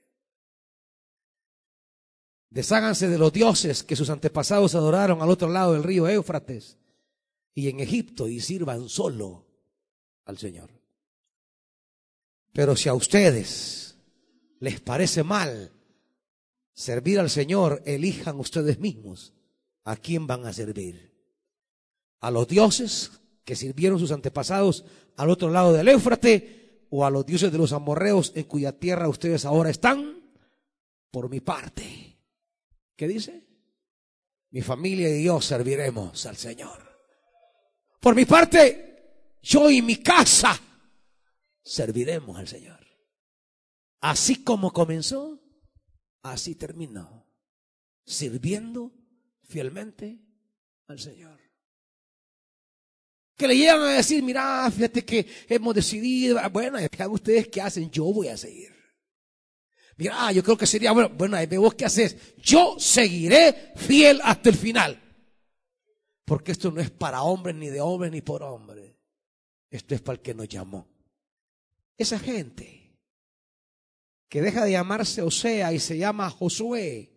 S1: Desháganse de los dioses que sus antepasados adoraron al otro lado del río Éufrates y en Egipto y sirvan solo al Señor. Pero si a ustedes les parece mal servir al Señor, elijan ustedes mismos a quién van a servir. A los dioses que sirvieron sus antepasados al otro lado del Éufrates, o a los dioses de los amorreos en cuya tierra ustedes ahora están. Por mi parte, ¿qué dice? Mi familia y yo serviremos al Señor. Por mi parte, yo y mi casa serviremos al Señor. Así como comenzó, así terminó, sirviendo fielmente al Señor. Que le llegan a decir, mira, fíjate que hemos decidido, bueno, ustedes qué hacen, yo voy a seguir. Mira, yo creo que sería bueno, vos qué haces, yo seguiré fiel hasta el final. Porque esto no es para hombres, ni de hombres, ni por hombres. Esto es para el que nos llamó. Esa gente que deja de llamarse Osea y se llama Josué,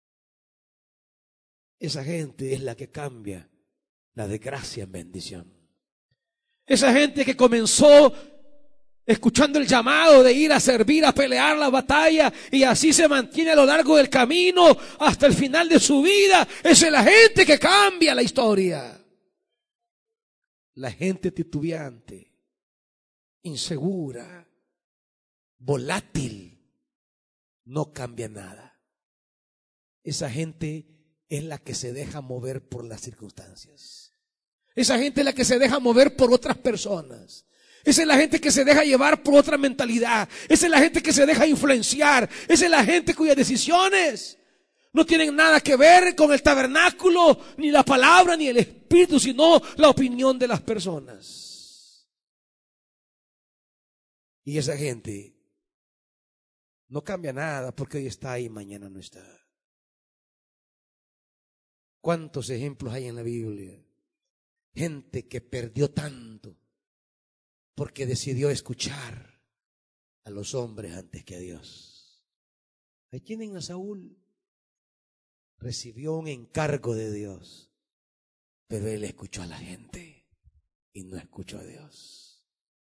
S1: esa gente es la que cambia la desgracia en bendición. Esa gente que comenzó escuchando el llamado de ir a servir, a pelear la batalla, y así se mantiene a lo largo del camino hasta el final de su vida. Esa es la gente que cambia la historia. La gente titubeante, insegura, volátil, no cambia nada. Esa gente es la que se deja mover por las circunstancias. Esa gente es la que se deja mover por otras personas. Esa es la gente que se deja llevar por otra mentalidad. Esa es la gente que se deja influenciar. Esa es la gente cuyas decisiones no tienen nada que ver con el tabernáculo, ni la palabra, ni el espíritu, sino la opinión de las personas. Y esa gente no cambia nada porque hoy está ahí y mañana no está. ¿Cuántos ejemplos hay en la Biblia? Gente que perdió tanto porque decidió escuchar a los hombres antes que a Dios. Ahí tienen a Saúl. Recibió un encargo de Dios, pero él escuchó a la gente y no escuchó a Dios.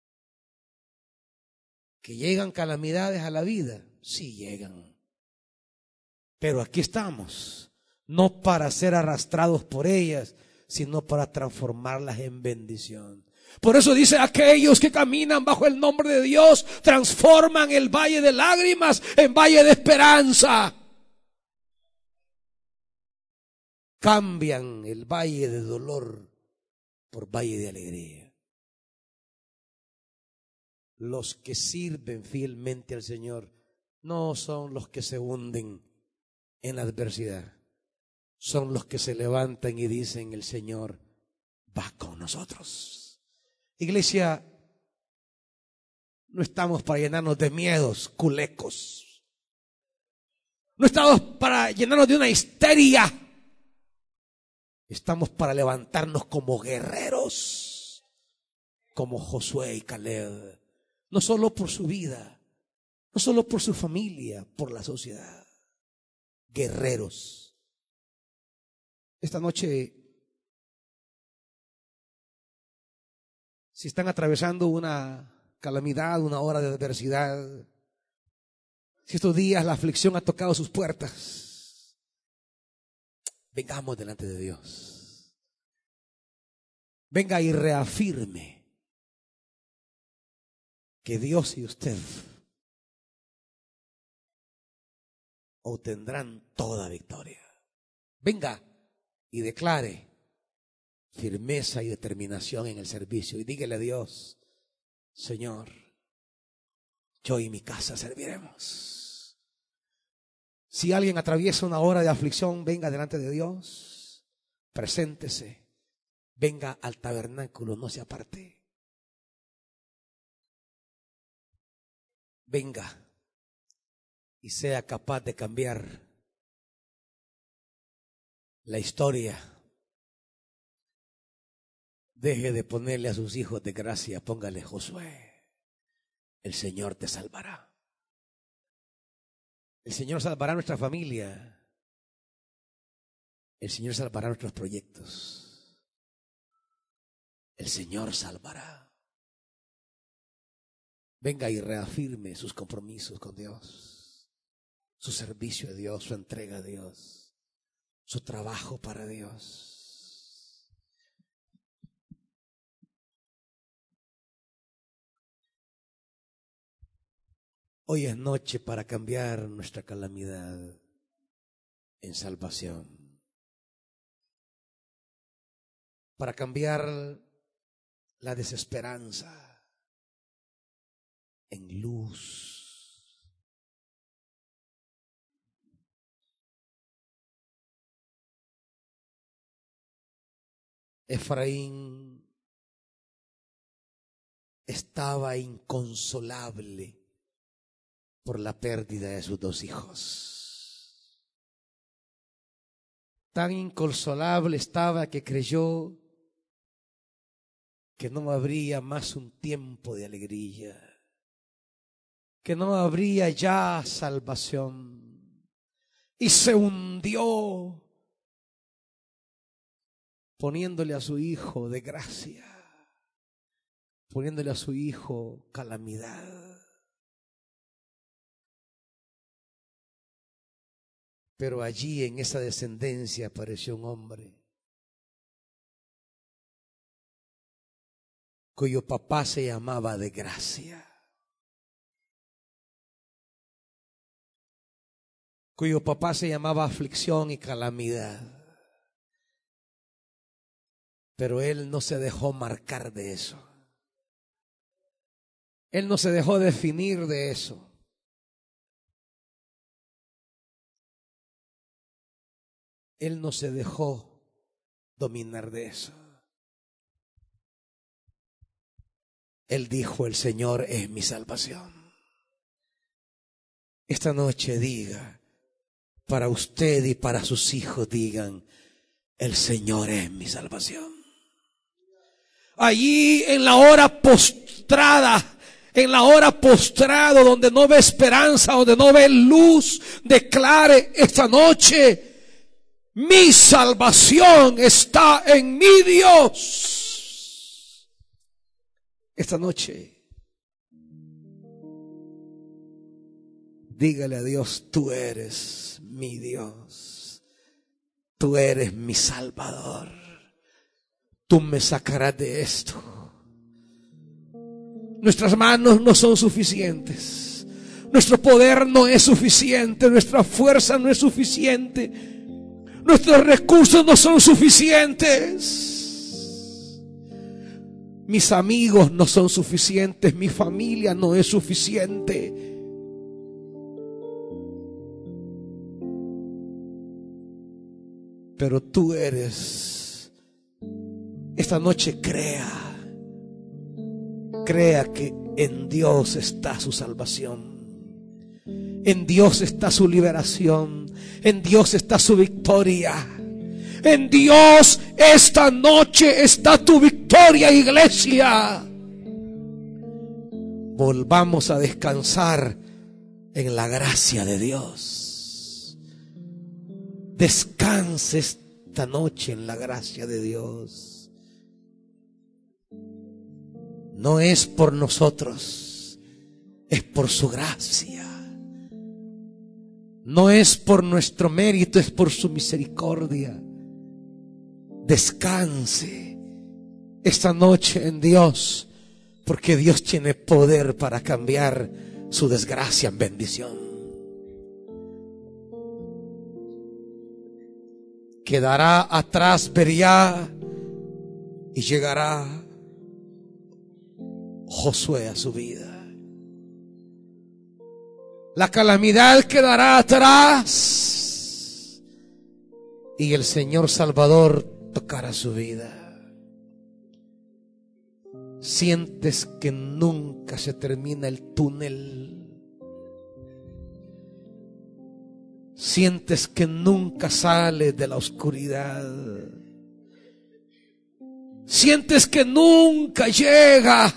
S1: ¿Que llegan calamidades a la vida? Sí llegan. Pero aquí estamos, no para ser arrastrados por ellas, sino para transformarlas en bendición. Por eso dice, aquellos que caminan bajo el nombre de Dios transforman el valle de lágrimas en valle de esperanza. Cambian el valle de dolor por valle de alegría. Los que sirven fielmente al Señor no son los que se hunden en la adversidad. Son los que se levantan y dicen, el Señor va con nosotros. Iglesia, no estamos para llenarnos de miedos culecos. No estamos para llenarnos de una histeria. Estamos para levantarnos como guerreros, como Josué y Caleb. No solo por su vida, no solo por su familia, por la sociedad. Guerreros. Esta noche, si están atravesando una calamidad, una hora de adversidad, si estos días la aflicción ha tocado sus puertas, vengamos delante de Dios. Venga y reafirme que Dios y usted obtendrán toda victoria. Venga y declare firmeza y determinación en el servicio y dígale a Dios, Señor, yo y mi casa serviremos. Si alguien atraviesa una hora de aflicción, venga delante de Dios, preséntese, venga al tabernáculo, no se aparte. Venga y sea capaz de cambiar la historia. Deje de ponerle a sus hijos de gracia, póngale Josué. El Señor te salvará. El Señor salvará nuestra familia. El Señor salvará nuestros proyectos. El Señor salvará. Venga y reafirme sus compromisos con Dios, su servicio a Dios, su entrega a Dios, su trabajo para Dios. Hoy es noche para cambiar nuestra calamidad en salvación, para cambiar la desesperanza en luz. Efraín estaba inconsolable por la pérdida de sus dos hijos. Tan inconsolable estaba que creyó que no habría más un tiempo de alegría, que no habría ya salvación, y se hundió poniéndole a su hijo desgracia, poniéndole a su hijo calamidad. Pero allí en esa descendencia apareció un hombre cuyo papá se llamaba Desgracia, cuyo papá se llamaba Aflicción y Calamidad. Pero él no se dejó marcar de eso. Él no se dejó definir de eso. Él no se dejó dominar de eso. Él dijo: el Señor es mi salvación. Esta noche diga, para usted y para sus hijos digan: el Señor es mi salvación. Allí en la hora postrada, en la hora postrado, donde no ve esperanza, donde no ve luz, declare esta noche: mi salvación está en mi Dios. Esta noche, dígale a Dios: tú eres mi Dios, tú eres mi Salvador, tú me sacarás de esto. Nuestras manos no son suficientes, nuestro poder no es suficiente, nuestra fuerza no es suficiente, nuestros recursos no son suficientes. Mis amigos no son suficientes, mi familia no es suficiente. Pero tú eres. Esta noche crea que en Dios está su salvación. En Dios está su liberación. En Dios está su victoria. En Dios esta noche está tu victoria, iglesia. Volvamos a descansar en la gracia de Dios. Descanse esta noche en la gracia de Dios. No es por nosotros, es por su gracia. No es por nuestro mérito, es por su misericordia. Descanse esta noche en Dios, porque Dios tiene poder para cambiar su desgracia en bendición. Quedará atrás Bería y llegará Josué a su vida. La calamidad quedará atrás y el Señor Salvador tocará su vida. Sientes que nunca se termina el túnel. Sientes que nunca sales de la oscuridad. Sientes que nunca llega.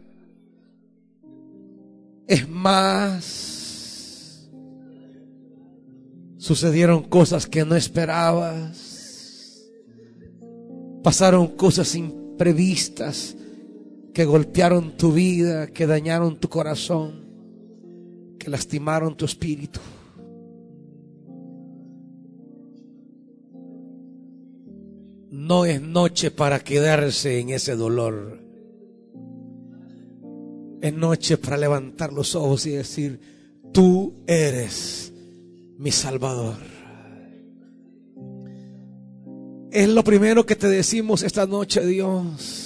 S1: Es más, sucedieron cosas que no esperabas. Pasaron cosas imprevistas que golpearon tu vida, que dañaron tu corazón, que lastimaron tu espíritu. No es noche para quedarse en ese dolor. Es noche para levantar los ojos y decir: tú eres mi Salvador. Es lo primero que te decimos esta noche, Dios.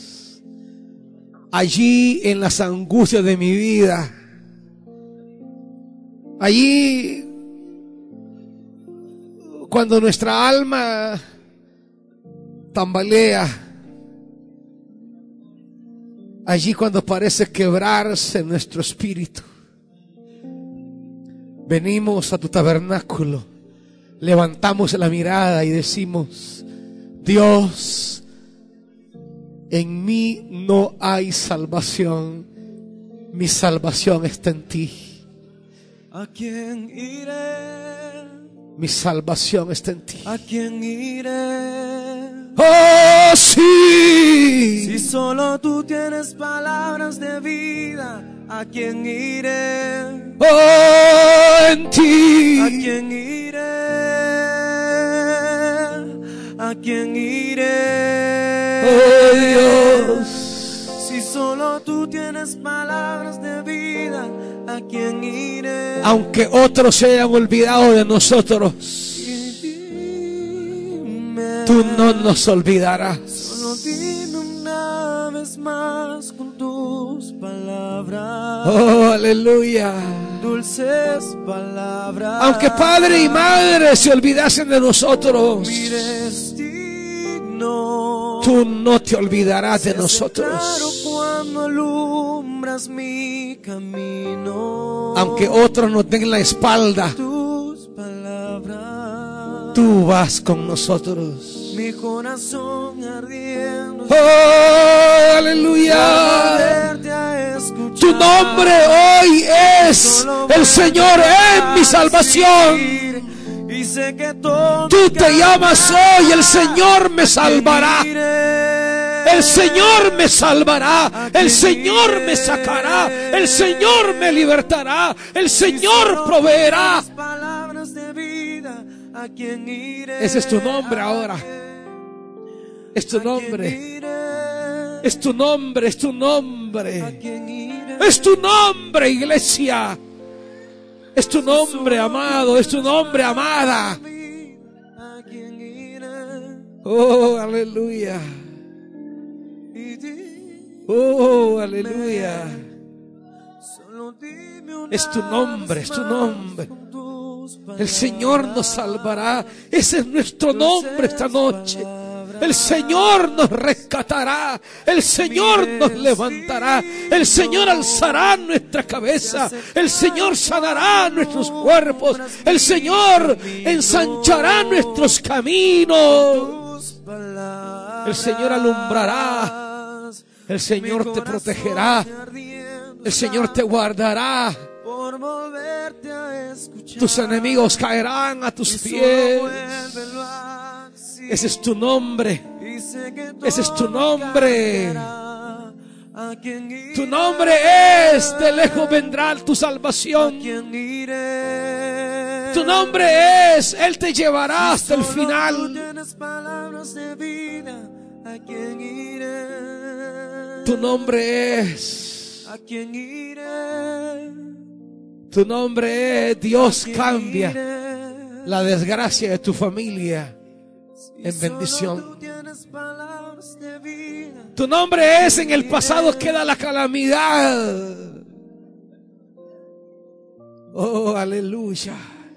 S1: Allí en las angustias de mi vida, allí cuando nuestra alma tambalea, allí cuando parece quebrarse nuestro espíritu, venimos a tu tabernáculo, levantamos la mirada y decimos: Dios, en mí no hay salvación, mi salvación está en ti.
S2: ¿A quién iré?
S1: Mi salvación está en ti.
S2: ¿A quién iré?
S1: ¡Oh, sí!
S2: Si solo tú tienes palabras de vida, ¿a quién iré?
S1: ¡Oh, en ti!
S2: ¿A quién iré? ¿A quién iré?
S1: ¡Oh, Dios!
S2: Si solo tú tienes palabras de vida, ¿a quién iré?
S1: Aunque otros se hayan olvidado de nosotros, tú no nos olvidarás.
S2: Solo dime una vez más con tus palabras.
S1: Oh, aleluya.
S2: Dulces palabras.
S1: Aunque padre y madre se olvidasen de nosotros,
S2: Mi destino.
S1: tú no te olvidarás de
S2: Se hace
S1: nosotros.
S2: claro cuando alumbras mi camino.
S1: Aunque otros nos den la espalda,
S2: Tus palabras.
S1: tú vas con nosotros.
S2: Mi corazón ardiendo.
S1: Oh, aleluya. Tu nombre hoy es: el Señor es mi salvación. Tú te llamas hoy: el Señor me salvará. El Señor me salvará. El Señor me sacará. El Señor me libertará. El Señor proveerá. Ese es tu nombre ahora. Es tu nombre. Es tu nombre. Es tu nombre. Es tu nombre, iglesia. Es tu nombre, amado. Es tu nombre, amada. Oh, aleluya. Oh, aleluya. Es tu nombre, es tu nombre. El Señor nos salvará. Ese es nuestro nombre esta noche. El Señor nos rescatará. El Señor nos levantará. El Señor alzará nuestra cabeza. El Señor sanará nuestros cuerpos. El Señor ensanchará nuestros caminos. El Señor alumbrará. El Señor te protegerá. El Señor te guardará. Tus enemigos caerán a tus pies. Ese es tu nombre. Ese es tu nombre. Tu nombre es: de lejos vendrá tu salvación. Tu nombre es: Él te llevará hasta el final. Tu nombre es: tu nombre es: Dios cambia la desgracia de tu familia en bendición. Tu nombre es: en el pasado queda la calamidad, Oh, aleluya.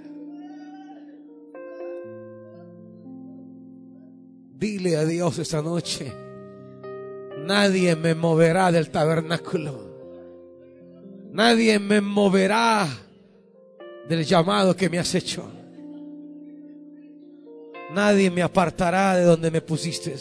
S1: Dile a Dios esta noche: nadie me moverá del tabernáculo. Nadie me moverá del llamado que me has hecho. Nadie me apartará de donde me pusiste.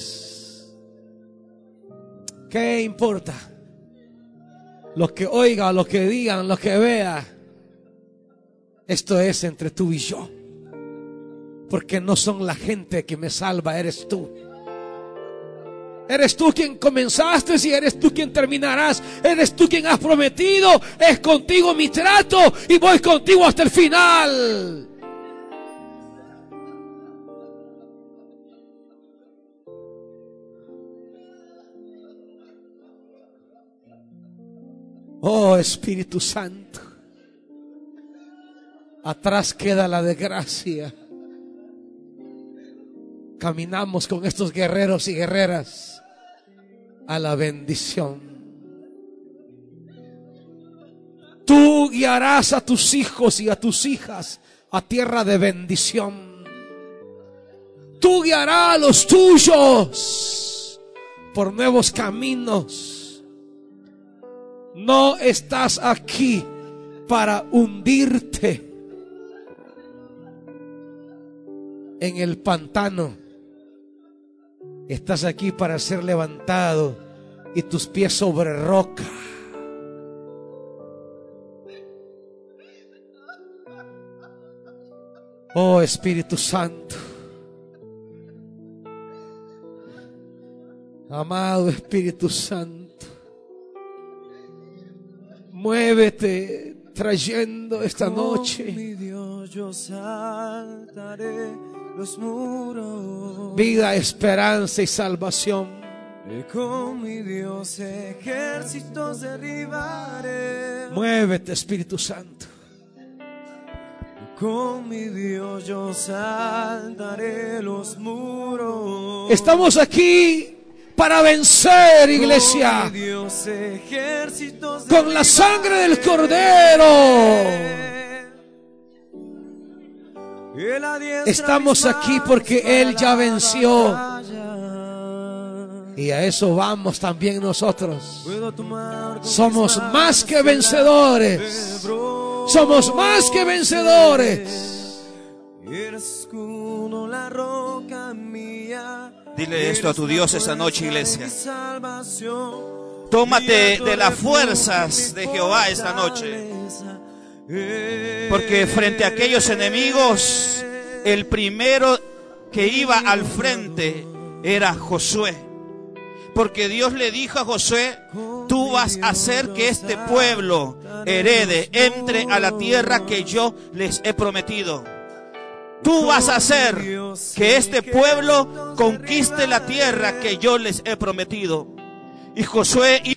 S1: ¿Qué importa? Lo que oiga, lo que digan, lo que vea. Esto es entre tú y yo. Porque no son la gente que me salva, eres tú. Eres tú quien comenzaste y eres tú quien terminarás. Eres tú quien has prometido. Es contigo mi trato y voy contigo hasta el final. Oh, Espíritu Santo. Atrás queda la desgracia. Caminamos con estos guerreros y guerreras a la bendición. Tú guiarás a tus hijos y a tus hijas a tierra de bendición. Tú guiarás a los tuyos por nuevos caminos. No estás aquí para hundirte en el pantano. Estás aquí para ser levantado y tus pies sobre roca. Oh, Espíritu Santo. Amado Espíritu Santo, muévete trayendo esta noche
S2: mi Dios, yo saltaré los muros.
S1: vida, esperanza y salvación.
S2: Con mi Dios ejércitos derribaré.
S1: Muévete, Espíritu Santo.
S2: Con mi Dios yo saltaré los muros.
S1: Estamos aquí para vencer, iglesia,
S2: Con mi Dios ejércitos
S1: con la sangre del Cordero. Estamos aquí porque Él ya venció. Y a eso vamos también nosotros. Somos más que vencedores. Somos más que vencedores.
S3: Dile esto a tu Dios esta noche, iglesia. Tómate de las fuerzas de Jehová esta noche. Porque frente a aquellos enemigos, el primero que iba al frente era Josué. Porque Dios le dijo a Josué: tú vas a hacer que este pueblo herede, entre a la tierra que yo les he prometido. Tú vas a hacer que este pueblo conquiste la tierra que yo les he prometido. Y Josué